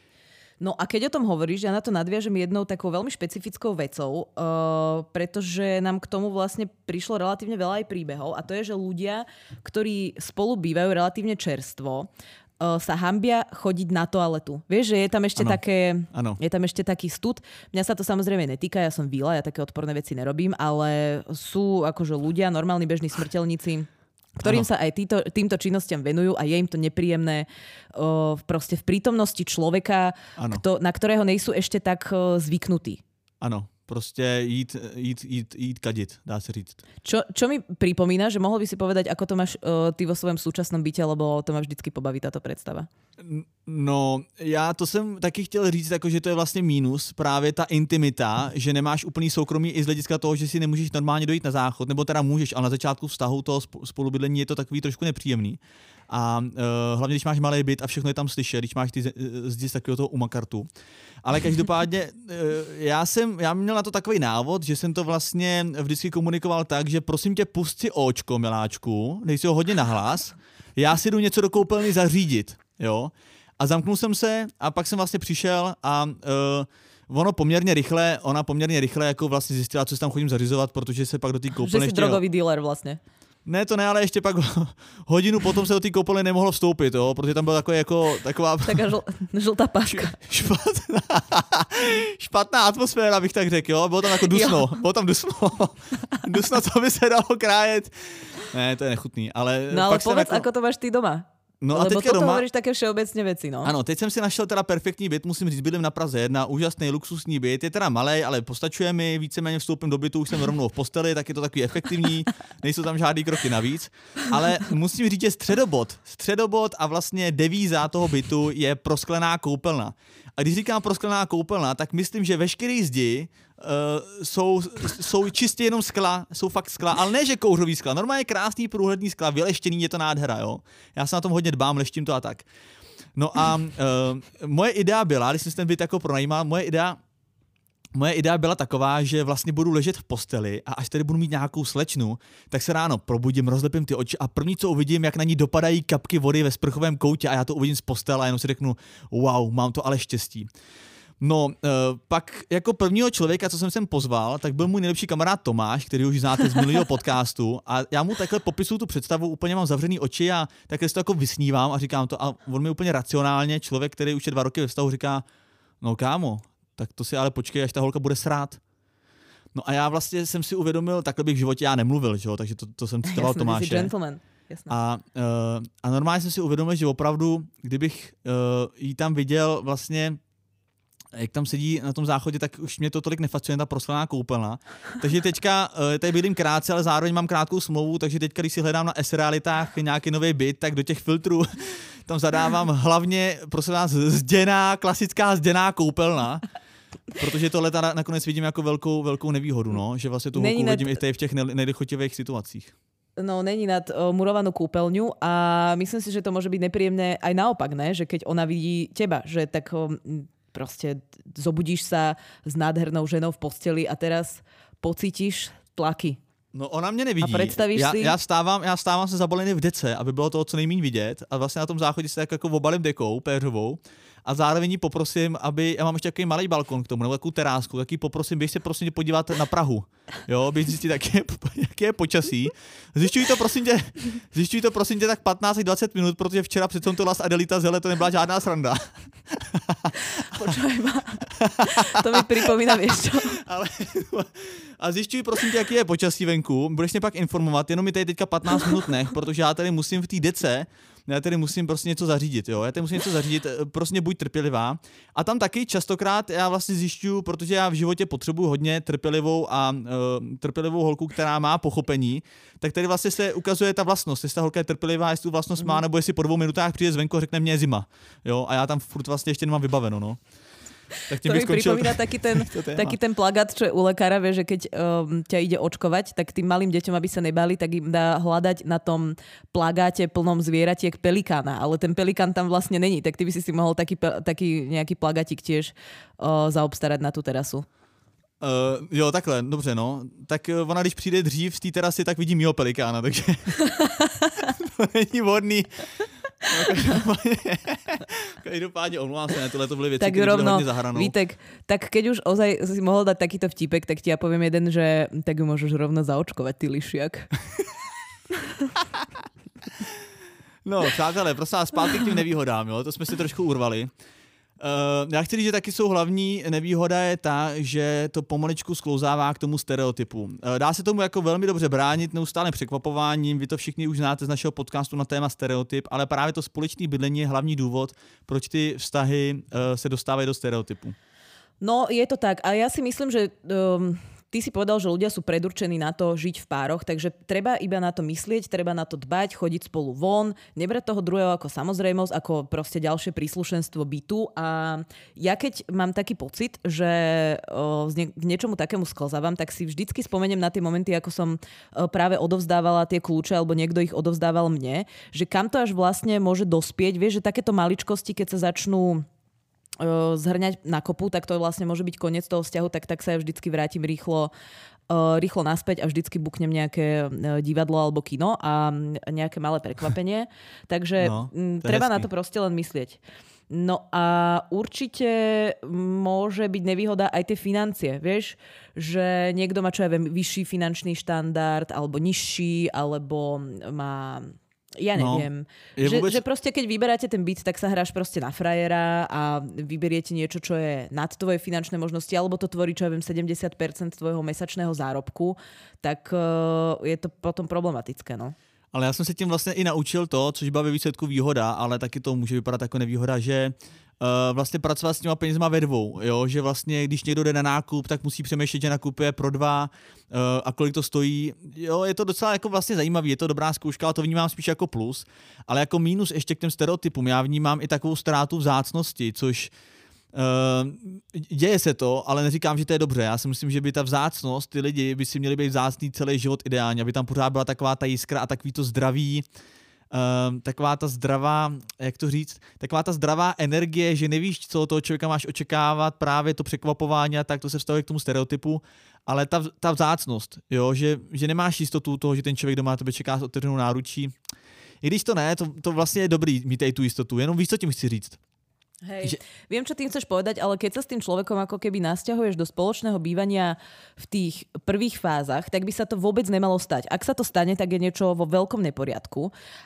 No a keď o tom hovoríš, ja na to nadviažem jednou takou veľmi špecifickou vecou, uh, pretože nám k tomu vlastne prišlo relatívne veľa aj príbehov a to je, že ľudia, ktorí spolu bývajú relatívne čerstvo, uh, sa hanbia chodiť na toaletu. Vieš, že je tam ešte ano. také, ano. je tam ešte taký stud. Mňa sa to samozrejme netýka, ja som víla, ja také odporné veci nerobím, ale sú akože ľudia, normálni bežní smrteľníci, ktorým ano. sa aj týto, týmto činnostiam venujú a je im to nepríjemné uh, proste v prítomnosti človeka, kto, na ktorého nejsú ešte tak uh, zvyknutí. Ano, prostě jít, jít, jít, jít kadit, dá se říct. Čo, čo mi pripomína, že mohol by si povedať, ako to máš uh, ty vo svojom súčasnom byte, lebo to ma vždycky pobaví táto predstava. No, já to jsem taky chtěl říct, jako, že to je vlastně mínus, právě ta intimita, že nemáš úplný soukromí i z hlediska toho, že si nemůžeš normálně dojít na záchod, nebo teda můžeš, ale na začátku vztahu toho spolubydlení je to takový trošku nepříjemný. A uh, hlavně, když máš malý byt a všechno je tam slyšet, když máš ty zdi z takového toho umakartu. Ale každopádně, uh, já jsem, já měl na to takový návod, že jsem to vlastně vždycky komunikoval tak, že prosím tě, pust si očko, miláčku, dej si ho hodně nahlas, já si jdu něco do koupelny zařídit, jo. A zamknul jsem se a pak jsem vlastně přišel a uh, ono poměrně rychle, ona poměrně rychle jako vlastně zjistila, co si tam chodím zařizovat, protože se pak do té koupelny... Že jsi drogový dealer vlastně. Ne, to ne, ale ještě pak hodinu potom se do té koupelny nemohlo vstoupit, jo, protože tam byla takový jako, taková... Taká žl, žltá páska. Špatná, špatná atmosféra, bych tak řekl, jo, bylo tam jako dusno, jo. bylo tam dusno, dusno, co by se dalo krájet. Ne, to je nechutný, ale... No ale pak povedz, jako... ako to máš ty doma. No a lebo teďka toto doma... hovoríš také všeobecne veci, no. Ano, teď jsem si našel teda perfektní byt, musím říct, bydlím na Praze jedna, úžasný luxusní byt, je teda malej, ale postačuje mi, víceméně vstoupím do bytu, už jsem rovnou v posteli, tak je to takový efektivní, nejsou tam žádný kroky navíc, ale musím říct, že středobod, středobod a vlastně devíza toho bytu je prosklená koupelna. A když říkám prosklená koupelna, tak myslím, že veškerý zdi Uh, jsou, jsou čistě jenom skla, jsou fakt skla, ale ne, že kouřový skla, normálně krásný průhledný skla, vyleštěný, je to nádhera, jo. Já se na tom hodně dbám, leštím to a tak. No a uh, moje idea byla, když jsem ten byt jako pronajímal, moje idea, moje idea byla taková, že vlastně budu ležet v posteli a až tady budu mít nějakou slečnu, tak se ráno probudím, rozlepím ty oči a první, co uvidím, jak na ní dopadají kapky vody ve sprchovém koutě a já to uvidím z postele a jenom si řeknu, wow, mám to ale štěstí. No, uh, pak jako prvního člověka, co jsem sem pozval, tak byl můj nejlepší kamarád Tomáš, který už znáte z minulého podcastu a já mu takhle popisuju tu představu, úplně mám zavřený oči a takhle si to jako vysnívám a říkám to a on mi úplně racionálně, člověk, který už je dva roky ve vztahu, říká, no kámo, tak to si ale počkej, až ta holka bude srát. No a já vlastně jsem si uvědomil, takhle bych v životě já nemluvil, že jo, takže to, to jsem citoval Tomáše. Gentleman. A, uh, a normálně jsem si uvědomil, že opravdu, kdybych uh, jí tam viděl vlastně jak tam sedí na tom záchodě, tak už mě to tolik nefascinuje, ta prosklená koupelna. Takže teďka, tady bydlím krátce, ale zároveň mám krátkou smlouvu, takže teďka, když si hledám na S-realitách nějaký nový byt, tak do těch filtrů tam zadávám hlavně, prosím vás, zděná, klasická zděná koupelna. Protože tohle na, nakonec vidím jako velkou, velkou nevýhodu, no? Že vlastně tu holku vidím i tady v těch nejlichotivých situacích. No, není nad uh, murovanú kúpeľňu a myslím si, že to môže byť nepríjemné aj naopak, ne? Že keď ona vidí teba, že tak um, proste zobudíš sa s nádhernou ženou v posteli a teraz pocítiš tlaky. No ona mě nevidí. A představíš já, si? Já vstávám, já vstávám se zabalený v dece, aby bylo toho co nejméně vidět a vlastně na tom záchodě se tak jako obalím dekou péřovou a zároveň ji poprosím, aby, já mám ještě takový malý balkon k tomu, nebo takovou terásku, tak ji poprosím, běž se prosím tě podívat na Prahu, jo, běž zjistit, jak je, jak je počasí. Zjišťuj to prosím tě, zjišťuj to prosím tě tak patnáct až dvacet minut, protože včera před to las Adelita Zele, to nebyla žádná sranda. Počúvaj ma, to mi pripomína, vieš čo? Ale, a zjišťuj prosím tě, jaký je počasí venku, budeš mě pak informovat, jenom mi tady teďka patnáct minut nech, protože já tady musím v té dece, já tady musím prostě něco zařídit, jo, já tady musím něco zařídit, prostě buď trpělivá. A tam taky častokrát já vlastně zjišťuju, protože já v životě potřebuji hodně trpělivou a uh, trpělivou holku, která má pochopení, tak tady vlastně se ukazuje ta vlastnost, jestli ta holka je trpělivá, jestli tu vlastnost má, nebo jestli po dvou minutách přijde zvenku a řekne mě je zima, jo, a já tam furt vlastně ještě nemám vybaveno, no. Tak to mi skončil... pripomína taký ten, taký ten plagát, čo je u lekára, vie, že keď um, ťa ide očkovať, tak tým malým deťom, aby sa nebali, tak im dá hľadať na tom plagáte plnom zvieratiek pelikána, ale ten pelikán tam vlastne není, tak ty by si si mohol taký, taký nejaký plagátik tiež uh, zaobstarať na tú terasu. Uh, jo, takhle, dobře, no. Tak uh, ona, když přijde dřív z té terasy, tak vidí mýho pelikána, takže to není vhodný. Každopádně omlouvám se, ne, tohle to byly věci, tak které rovno, byly hodně za hranou. Vítek, tak keď už ozaj si mohol dať takýto vtipek, tak ti ja poviem jeden, že tak ju môžeš rovno zaočkovať, ty lišiak. No, přátelé, prosím vás, zpátky k těm nevýhodám, jo, to jsme si trošku urvali. Uh, já chci říct, že taky jsou hlavní nevýhoda je ta, že to pomaličku sklouzává k tomu stereotypu. Uh, dá se tomu jako velmi dobře bránit neustálým překvapováním, vy to všichni už znáte z našeho podcastu na téma stereotyp, ale právě to společné bydlení je hlavní důvod, proč ty vztahy uh, se dostávají do stereotypu. No, je to tak. A ja si myslím, že... Um... Ty si povedal, že ľudia sú predurčení na to žiť v pároch, takže treba iba na to myslieť, treba na to dbať, chodiť spolu von, nebrať toho druhého ako samozrejmosť, ako proste ďalšie príslušenstvo bytu. A ja keď mám taký pocit, že o, k niečomu takému sklzávam, tak si vždycky spomeniem na tie momenty, ako som o, práve odovzdávala tie kľúče, alebo niekto ich odovzdával mne, že kam to až vlastne môže dospieť. Vieš, že takéto maličkosti, keď sa začnú zhrňať na kopu, tak to vlastne môže byť koniec toho vzťahu, tak, tak sa ja vždycky vrátim rýchlo, uh, rýchlo naspäť a vždycky buknem nejaké divadlo alebo kino a nejaké malé prekvapenie. Takže no, treba hezky na to proste len myslieť. No a určite môže byť nevýhoda aj tie financie, vieš, že niekto má čo ja viem, vyšší finančný štandard alebo nižší, alebo má... Ja neviem. No, že, vôbec... že proste keď vyberáte ten byt, tak sa hráš proste na frajera a vyberiete niečo, čo je nad tvoje finančné možnosti, alebo to tvorí, čo ja viem, sedemdesiat percent tvojho mesačného zárobku, tak uh, je to potom problematické, no. Ale já jsem se tím vlastně i naučil to, což byla ve výsledku výhoda, ale taky to může vypadat jako nevýhoda, že uh, vlastně pracovat s těma penězma ve dvou, jo? Že vlastně když někdo jde na nákup, tak musí přemýšlet, že nakupuje pro dva uh, a kolik to stojí. Jo, je to docela jako vlastně zajímavý, je to dobrá zkouška, ale to vnímám spíš jako plus, ale jako mínus ještě k těm stereotypům. Já vnímám i takovou ztrátu vzácnosti, což Uh, děje se to, ale neříkám, že to je dobře. Já si myslím, že by ta vzácnost, ty lidi by si měli být vzácný celý život ideálně, aby tam pořád byla taková ta jiskra a takový to zdraví, uh, taková ta zdravá, jak to říct, taková ta zdravá energie, že nevíš, co od toho člověka máš očekávat, právě to překvapování a tak, to se vztahuje k tomu stereotypu, ale ta, ta vzácnost, jo, že, že nemáš jistotu toho, že ten člověk doma tebe čeká s otevřenou náručí. I když to ne, to, to vlastně je dobrý mít aj tu jistotu, jenom víš, co tím chci říct. Hej, že... viem, čo tým chceš povedať, ale keď sa s tým človekom ako keby nasťahuješ do spoločného bývania v tých prvých fázach, tak by sa to vôbec nemalo stať. Ak sa to stane, tak je niečo vo veľkom neporiadku.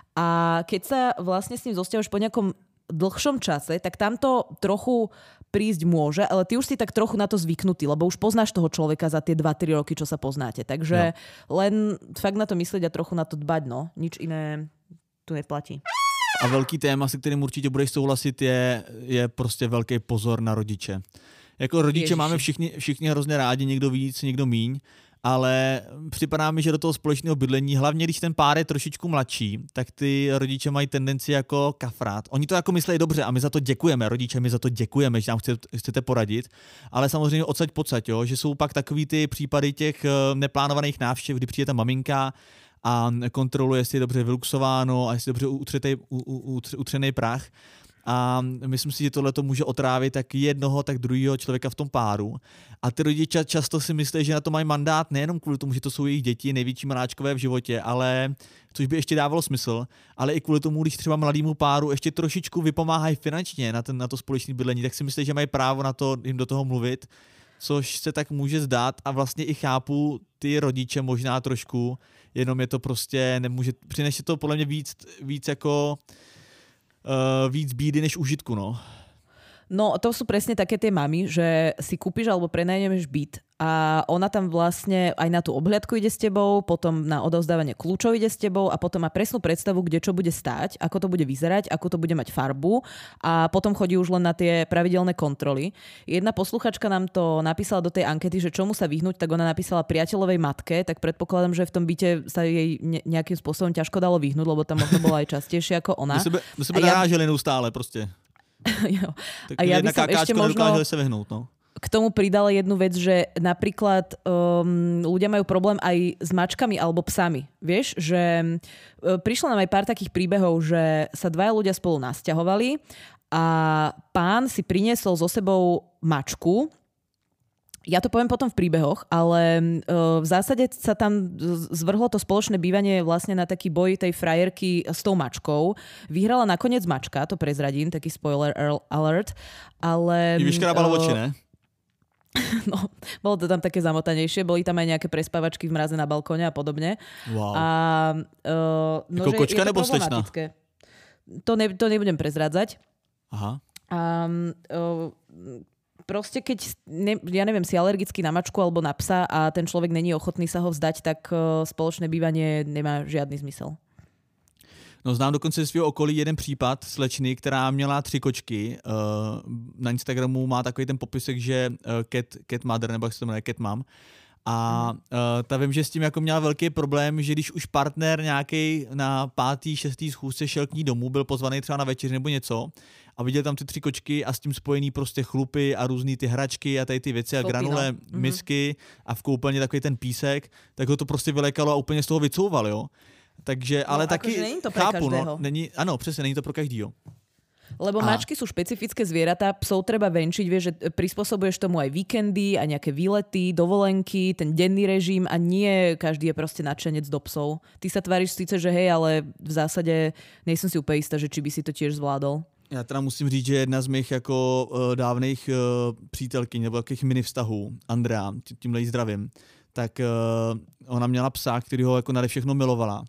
A keď sa vlastne s ním zosťahuješ po nejakom dlhšom čase, tak tam to trochu prísť môže, ale ty už si tak trochu na to zvyknutý, lebo už poznáš toho človeka za tie dva tri roky, čo sa poznáte. Takže no. Len fakt na to myslieť a trochu na to dbať, no. Nič iné tu neplatí. A velký téma, se kterým určitě budeš souhlasit, je, je prostě velký pozor na rodiče. Jako rodiče Ježiši. Máme všichni, všichni hrozně rádi, někdo víc, někdo míň, ale připadá mi, že do toho společného bydlení, hlavně když ten pár je trošičku mladší, tak ty rodiče mají tendenci jako kafrát. Oni to jako myslejí dobře a my za to děkujeme, rodiče, my za to děkujeme, že nám chcete, chcete poradit, ale samozřejmě odsaď pocať, jo, že jsou pak takový ty případy těch neplánovaných návštěv, kdy přijde ta maminka a kontroluje, jestli je dobře vyluxováno a jestli je dobře utřetej, u, u, utřený prach. A myslím si, že tohle to může otrávit tak jednoho, tak druhého člověka v tom páru. A ty rodiče často si myslí, že na to mají mandát nejenom kvůli tomu, že to jsou jejich děti, největší maláčkové v životě, ale což by ještě dávalo smysl, ale i kvůli tomu, když třeba mladému páru ještě trošičku vypomáhají finančně na, ten, na to společné bydlení, tak si myslí, že mají právo na to jim do toho mluvit, což se tak může zdát a vlastně i chápu ty rodiče možná trošku, jenom je to prostě nemůže, přinese to podle mě víc, víc jako uh, víc bídy než užitku, no. No, to sú presne také tie mamy, že si kúpiš alebo prenajmeš byt a ona tam vlastne aj na tú obhliadku ide s tebou, potom na odovzdávanie kľúčov ide s tebou a potom má presnú predstavu, kde čo bude stáť, ako to bude vyzerať, ako to bude mať farbu a potom chodí už len na tie pravidelné kontroly. Jedna posluchačka nám to napísala do tej ankety, že čomu sa vyhnúť, tak ona napísala priateľovej matke, tak predpokladám, že v tom byte sa jej nejakým spôsobom ťažko dalo vyhnúť, lebo tam možno bola aj častejšie ako ona. Do sebe, do sebe naráželi neustále proste. A ja by som ešte možno sa vyhnúť, no. K tomu pridala jednu vec, že napríklad um, ľudia majú problém aj s mačkami alebo psami. Vieš, že um, prišlo nám aj pár takých príbehov, že sa dvaja ľudia spolu nasťahovali a pán si priniesol so sebou mačku. Ja to poviem potom v príbehoch, ale uh, v zásade sa tam zvrhlo to spoločné bývanie vlastne na taký boj tej frajerky s tou mačkou. Vyhrala nakoniec mačka, to prezradím, taký spoiler alert, ale... I vyškrabala uh, oči, ne? No, bolo to tam také zamotanejšie, boli tam aj nejaké prespávačky v mraze na balkóne a podobne. Wow. A, uh, no, Ako kočka nebo slečna? To, ne, to nebudem prezradzať. Aha. A, uh, proste keď, ne, ja neviem, si alergický na mačku alebo na psa a ten človek není ochotný sa ho vzdať, tak uh, spoločné bývanie nemá žiadny zmysel. No, znám dokonce ze svého okolí jeden případ slečny, která měla tři kočky. Uh, na Instagramu má takový ten popisek, že uh, cat, cat mother, nebo jak se to jmenuje, cat mom. A uh, ta vím, že s tím jako měla velký problém, že když už partner nějaký na pátý, šestý schůzce šel k ní domů, byl pozvaný třeba na večeři nebo něco a viděl tam ty tři kočky a s tím spojený prostě chlupy a různý ty hračky a tady ty věci a Chlupy, granule, no. misky a v koupelně takový ten písek, tak ho to prostě vylekalo a úplně z toho vycouval, jo. Takže, ale no, taky akože není to pre chápu, každého. no, není, ano, přesně, není to pro každýho. Lebo a. mačky sú špecifické zvieratá, psov treba venčiť, vieš, že prispôsobuješ tomu aj víkendy a nejaké výlety, dovolenky, ten denný režim a nie každý je proste nadšenec do psov. Ty sa tváriš síce, že hej, ale v zásade nejsem si úplne istá, že či by si to tiež zvládol. Já teda musím říct, že jedna z mých jako uh, dávných uh, přítelkyň nebo jakých mini vztahů, Andrea, tímhle jí zdravím, tak uh, ona měla psa, který ho jako nade všechno milovala.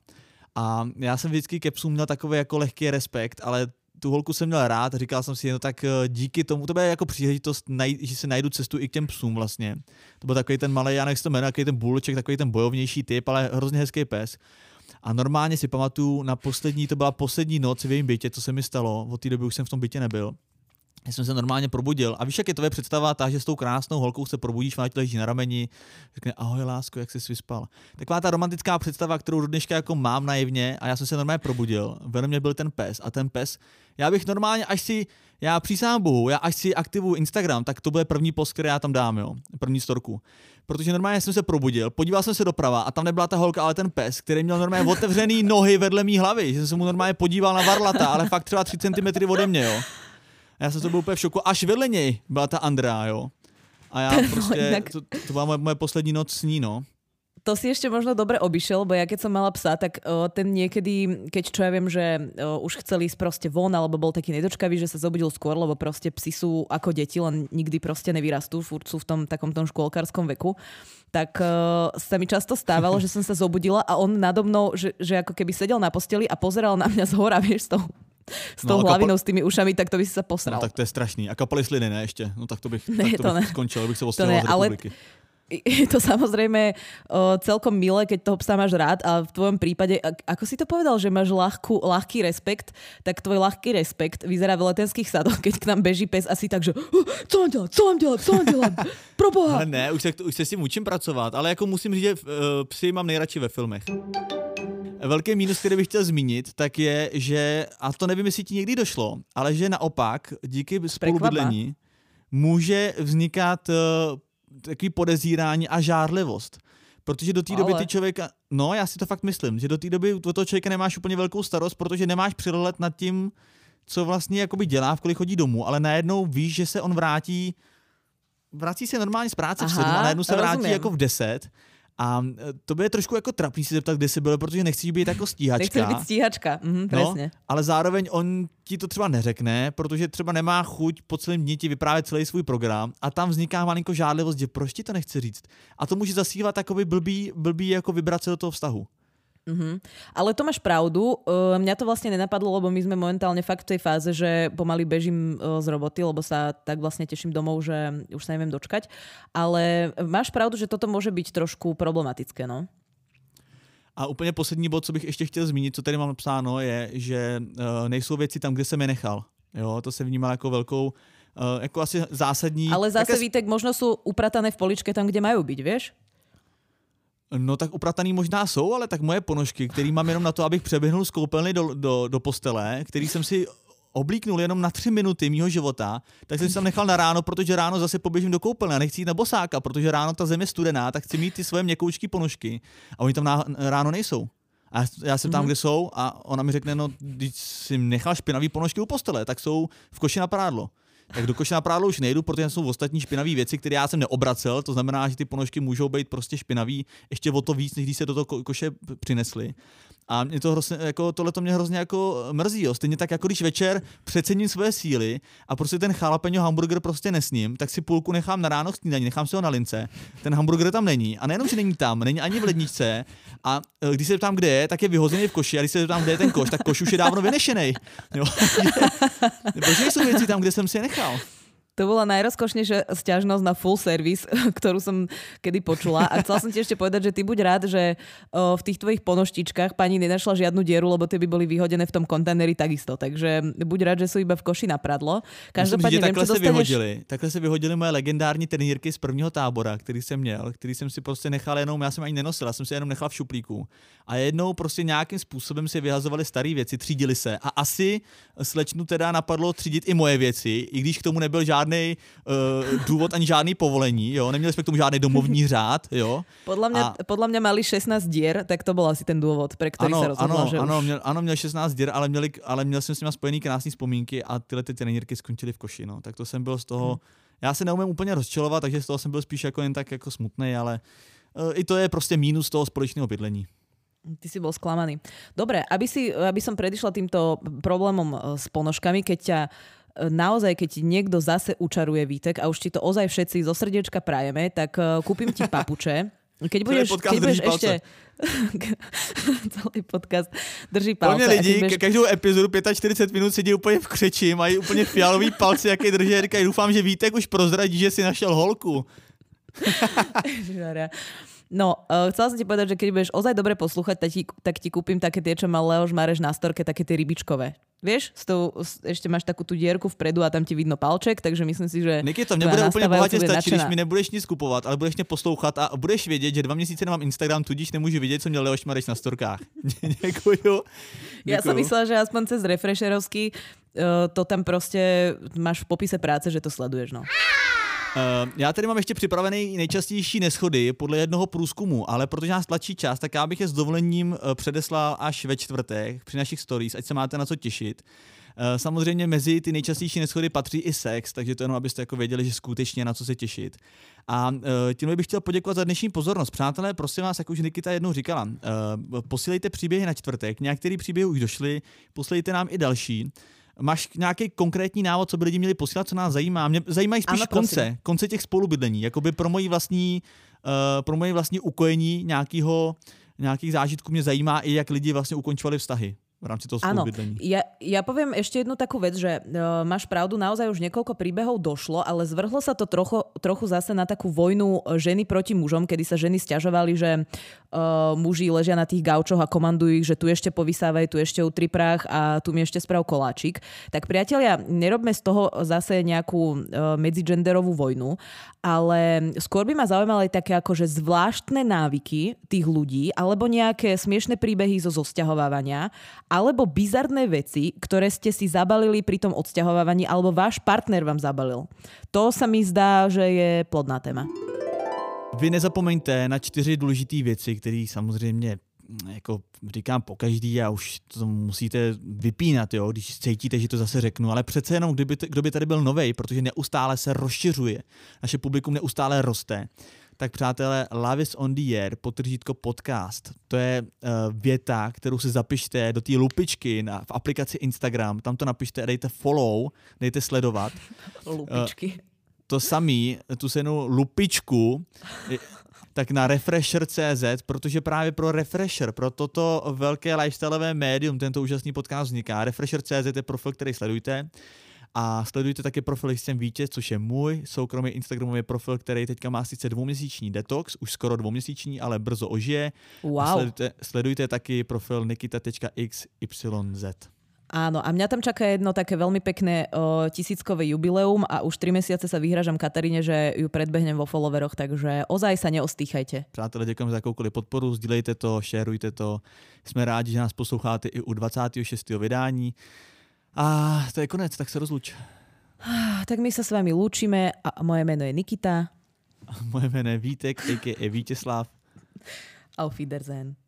A já jsem vždycky ke psům měl takový jako lehký respekt, ale tu holku jsem měl rád a říkal jsem si, no tak díky tomu, to bude jako příležitost, že si najdu cestu i k těm psům vlastně. To byl takový ten malý, já nechci to jmenovat, takový ten bulček, takový ten bojovnější typ, ale hrozně hezký pes. A normálně si pamatuju, na poslední, to byla poslední noc v jejím bytě, co se mi stalo, od té doby už jsem v tom bytě nebyl. Já jsem se normálně probudil. A víš, jak je tvoje představa ta, že s tou krásnou holkou se probudíš, ona ti leží na rameni, řekne ahoj lásko, jak jsi vyspal. Taková ta romantická představa, kterou do dneška jako mám naivně a já jsem se normálně probudil. Vedle mě byl ten pes a ten pes, já bych normálně, až si, já přísahám Bohu, já až si aktivuju Instagram, tak to bude první post, který já tam dám, jo, první storku. Protože normálně jsem se probudil, podíval jsem se doprava a tam nebyla ta holka, ale ten pes, který měl normálně otevřený nohy vedle mý hlavy, že jsem se mu normálně podíval na varlata, ale fakt třeba tři centimetry ode mě, jo. Já jsem to byl úplně v šoku. Až vedle něj byla ta Andrea, jo. A já prostě, no, inak... to, to byla moje, moje poslední noc s ní, no. To si ešte možno dobre obišiel, bo ja keď som mala psa, tak o, ten niekedy, keď čo ja viem, že o, už chcel ísť proste von, alebo bol taký nedočkavý, že sa zobudil skôr, lebo proste psi sú ako deti, len nikdy proste nevyrastú, furt sú v tom takom tom škôlkarskom veku, tak o, sa mi často stávalo, že som sa zobudila a on nado mnou, že, že ako keby sedel na posteli a pozeral na mňa zhora, vieš, s tou s tou no, hlavinou, kapal... s tými ušami, tak to by si sa posral. No tak to je strašný. A kapaly sliny, ne, ešte? No tak to bych, ne, tak to to bych skončil, bych sa osťahoval z republiky. Ale... Je to samozrejme o, celkom milé, keď toho psa máš rád a v tvojom prípade, ako si to povedal, že máš ľahkú, ľahký respekt, tak tvoj ľahký respekt vyzerá v letenských sadoch, keď k nám beží pes asi tak, že co mám dělat, co mám dělat, co mám dělat, proboha. Ale ne, už se, už se s tím učím pracovat, ale jako musím říct, že uh, psy mám nejradši ve filmech. Velký mínus, který bych chtěl zmínit, tak je, že, a to nevím, jestli ti někdy došlo, ale že naopak díky spolubydlení může vznikat uh, takový podezírání a žárlivost. Protože do té doby ty člověka, no já si to fakt myslím, že do té doby u toho člověka nemáš úplně velkou starost, protože nemáš přehled nad tím, co vlastně jakoby dělá, v kolik chodí domů, ale najednou víš, že se on vrátí, vrací se normálně z práce v sedm a najednou se vrátí rozumím. jako v deset. A to by je trošku jako trapný si zeptat, kde jsi byl, protože nechceš být jako stíhačka. Nechceš být stíhačka, mhm, presne. No, ale zároveň on ti to třeba neřekne, protože třeba nemá chuť po celém dni ti vyprávět celý svůj program a tam vzniká malinko žádlivost, že proč ti to nechce říct. A to může zasívat takový blbý, blbý jako vibrace do toho vztahu. Uh-huh. Ale to máš pravdu, uh, mňa to vlastne nenapadlo, lebo my sme momentálne fakt v tej fáze, že pomaly bežím uh, z roboty, lebo sa tak vlastne teším domov, že už sa neviem dočkať, ale máš pravdu, že toto môže byť trošku problematické, no? A úplně poslední bod, co bych ještě chtěl zmínit, co tady mám napsáno, je, že uh, nejsou věci tam, kde jsem je nechal. Jo, to se vnímá jako velkou, uh, jako asi zásadní... Ale zase, také... Vítek, možno sú upratané v poličke tam, kde majú byť, vieš? No tak uprataný možná jsou, ale tak moje ponožky, který mám jenom na to, abych přeběhnul z koupelny do, do, do postele, který jsem si oblíknul jenom na tři minuty mýho života, tak jsem si tam nechal na ráno, protože ráno zase poběžím do koupelny a nechci jít na bosáka, protože ráno ta zem je studená, tak chci mít ty svoje měkoučky ponožky a oni tam na, ráno nejsou. A já se ptám, mm-hmm. kde jsou a ona mi řekne, no když si nechal špinavý ponožky u postele, tak jsou v koši na prádlo. Tak do koše na prádlo už nejdu, protože jsou ostatní špinavé věci, které já jsem neobracel, to znamená, že ty ponožky můžou být prostě špinavý ještě o to víc, než když se do toho koše přinesli. A mě to hrozně, jako, tohle to mě hrozně jako mrzí, jo. Stejně tak, jako když večer přecením své síly a prostě ten jalapeňo hamburger prostě nesním, tak si půlku nechám na ráno k snídani, nechám si ho na lince, ten hamburger tam není a nejenom, že není tam, není ani v ledničce a když se ptám, kde je, tak je vyhozený v koši a když se ptám, kde je ten koš, tak koš už je dávno vynešenej. Jo. Protože jsou věci tam, kde jsem si je nechal. To bola najrozkošnejšia sťažnosť na full service, ktorú som kedy počula. A chcela som ti ešte povedať, že ty buď rád, že v tých tvojich ponoštičkách pani nenašla žiadnu dieru, lebo tie by boli vyhodené v tom kontajneri takisto. Takže buď rád, že sú iba v koši na pradlo. Každopádně neviem, takhle se dostaneš... vyhodili. Takhle se vyhodily moje legendární trenýrky z prvního tábora, který jsem měl, který jsem si prostě nechal jenom, já jsem ani nenosil, já jsem si jenom nechal v šuplíku. A jednou prostě nějakým způsobem si vyhazovali staré věci, třídili se. A asi slečnu teda napadlo třídit i moje věci, i když k tomu nebyl žádný žádný uh, důvod ani žádný povolení, jo, neměli jsme k tomu žádný domovní řád, jo. Podľa mňa, a... podľa mňa mali šestnásť dier, tak to bol asi ten dôvod, pre ktorý ano, sa rozhodla, ano, že ano, už... měl, ano, měl šestnáct dier, ale, měli, ale měl jsem s nimi spojený krásný vzpomínky a tyhle ty trenýrky skončily v koši, no. Tak to jsem byl z toho, hmm. já se neumím úplně rozčilovat, takže z toho jsem byl spíš jako jen tak jako smutnej, ale uh, i to je prostě mínus toho společného bydlení. Ty si bol sklamaný. Dobre, aby, si, aby som predišla týmto problémom s ponožkami, keď ťa naozaj, keď ti niekto zase učaruje, Vítek, a už ti to ozaj všetci zo srdiečka prajeme, tak uh, kúpim ti papuče. Keď budeš, keď budeš ešte... Celý podcast drží palce. Pro mě lidi, budeš... každou epizodu čtyřicet pět minut sedí úplně v křeči, mají úplně fialový palce, jaký drží a říkají, doufám, že Vítek už prozradí, že si našel holku. No, uh, chcela som ti povedať, že keď budeš ozaj dobre poslúchať, tak ti, tak ti kúpim také tie, čo mal Leoš Mareš na storke, také tie rybičkové. Vieš, s tou, ešte máš takú tú dierku vpredu a tam ti vidno palček, takže myslím si, že... Niky, to mne bude úplne bohatě stačí, když mi nebudeš nic kupovat, ale budeš mě poslouchat a budeš vědět, že dva měsíce nemám Instagram, tudíž nemůžu vidět, co měl Leoš Mareš na storkách. Děkuju. Ja som myslela, že aspoň cez refresherovský uh, to tam prostě máš v popise práce, že to sleduješ, no. Uh, já tady mám ještě připravený nejčastější neschody podle jednoho průzkumu, ale protože nás tlačí čas, tak já bych je s dovolením uh, předeslal až ve čtvrtek při našich stories, ať se máte na co těšit. Uh, samozřejmě mezi ty nejčastější neschody patří i sex, takže to jenom abyste jako věděli, že skutečně na co se těšit. A uh, tím bych chtěl poděkovat za dnešní pozornost. Přátelé, prosím vás, jak už Nikita jednou říkala, uh, posílejte příběhy na čtvrtek, některé příběhy už došly, posílejte nám i další. Máš nějaký konkrétní návod, co by lidi měli posílat, co nás zajímá? Mě zajímají spíš ano, konce, konce těch spolubydlení, jakoby pro moji vlastní, uh, pro moje vlastní ukojení nějakého, nějakých zážitků mě zajímá i jak lidi vlastně ukončovali vztahy v rámci toho spolubydlení. Áno, ja, ja poviem ešte jednu takú vec, že uh, máš pravdu, naozaj už niekoľko príbehov došlo, ale zvrhlo sa to trochu, trochu zase na takú vojnu ženy proti mužom, kedy sa ženy sťažovali, že uh, muži ležia na tých gaučoch a komandujú ich, že tu ešte povysávaj, tu ešte utri prach a tu mi ešte sprav koláčik. Tak priatelia, nerobme z toho zase nejakú uh, medzigenderovú vojnu, ale skôr by ma zaujímalo aj také akože zvláštne návyky tých ľudí, alebo nejaké smiešné príbehy zo zosťahovávania, alebo bizarné veci, ktoré ste si zabalili pri tom odsťahovávaní, alebo váš partner vám zabalil. To sa mi zdá, že je plodná téma. Vy nezapomeňte na čtyři důležité věci, které samozřejmě jako říkám pokaždý a už to musíte vypínat, jo, když cítíte, že to zase řeknu, ale přece jenom, kdyby, kdo by tady byl novej, protože neustále se rozšiřuje, naše publikum neustále roste, tak přátelé, Love is on the air, podtržítko podcast. To je uh, věta, kterou si zapište do té lupičky na, v aplikaci Instagram. Tam to napište a dejte follow, dejte sledovat. Lupičky. Uh, to samý, tu senou lupičku, tak na refresher tečka cé zet, protože právě pro Refresher, pro toto velké lifestyleové médium, tento úžasný podcast vzniká. Refresher tečka cé zet je profil, který sledujte. A sledujte taky profil Jsem vítěz, což je můj soukromý instagramový profil, který teďka má sice dvouměsíční detox, už skoro dvouměsíční, ale brzo ožije. Wow. A sledujte, sledujte taky profil nikita tečka x y z. Áno, a mňa tam čaká jedno také veľmi pekné o, tisíckové jubileum a už tri mesiace sa vyhražam Kataríne, že ju predbehnem vo followeroch, takže ozaj sa neostýchajte. Přátelé, děkujeme za jakoukoliv podporu, sdílejte to, šerujte to. Jsme rádi, že nás posloucháte i u dvacátého šestého vydání. A to je konec, tak se rozluč. Tak my sa s vami lúčime a moje meno je Nikita. A moje jméno je Vítek, a ká a. Vítězslav. Auf Wiedersehen.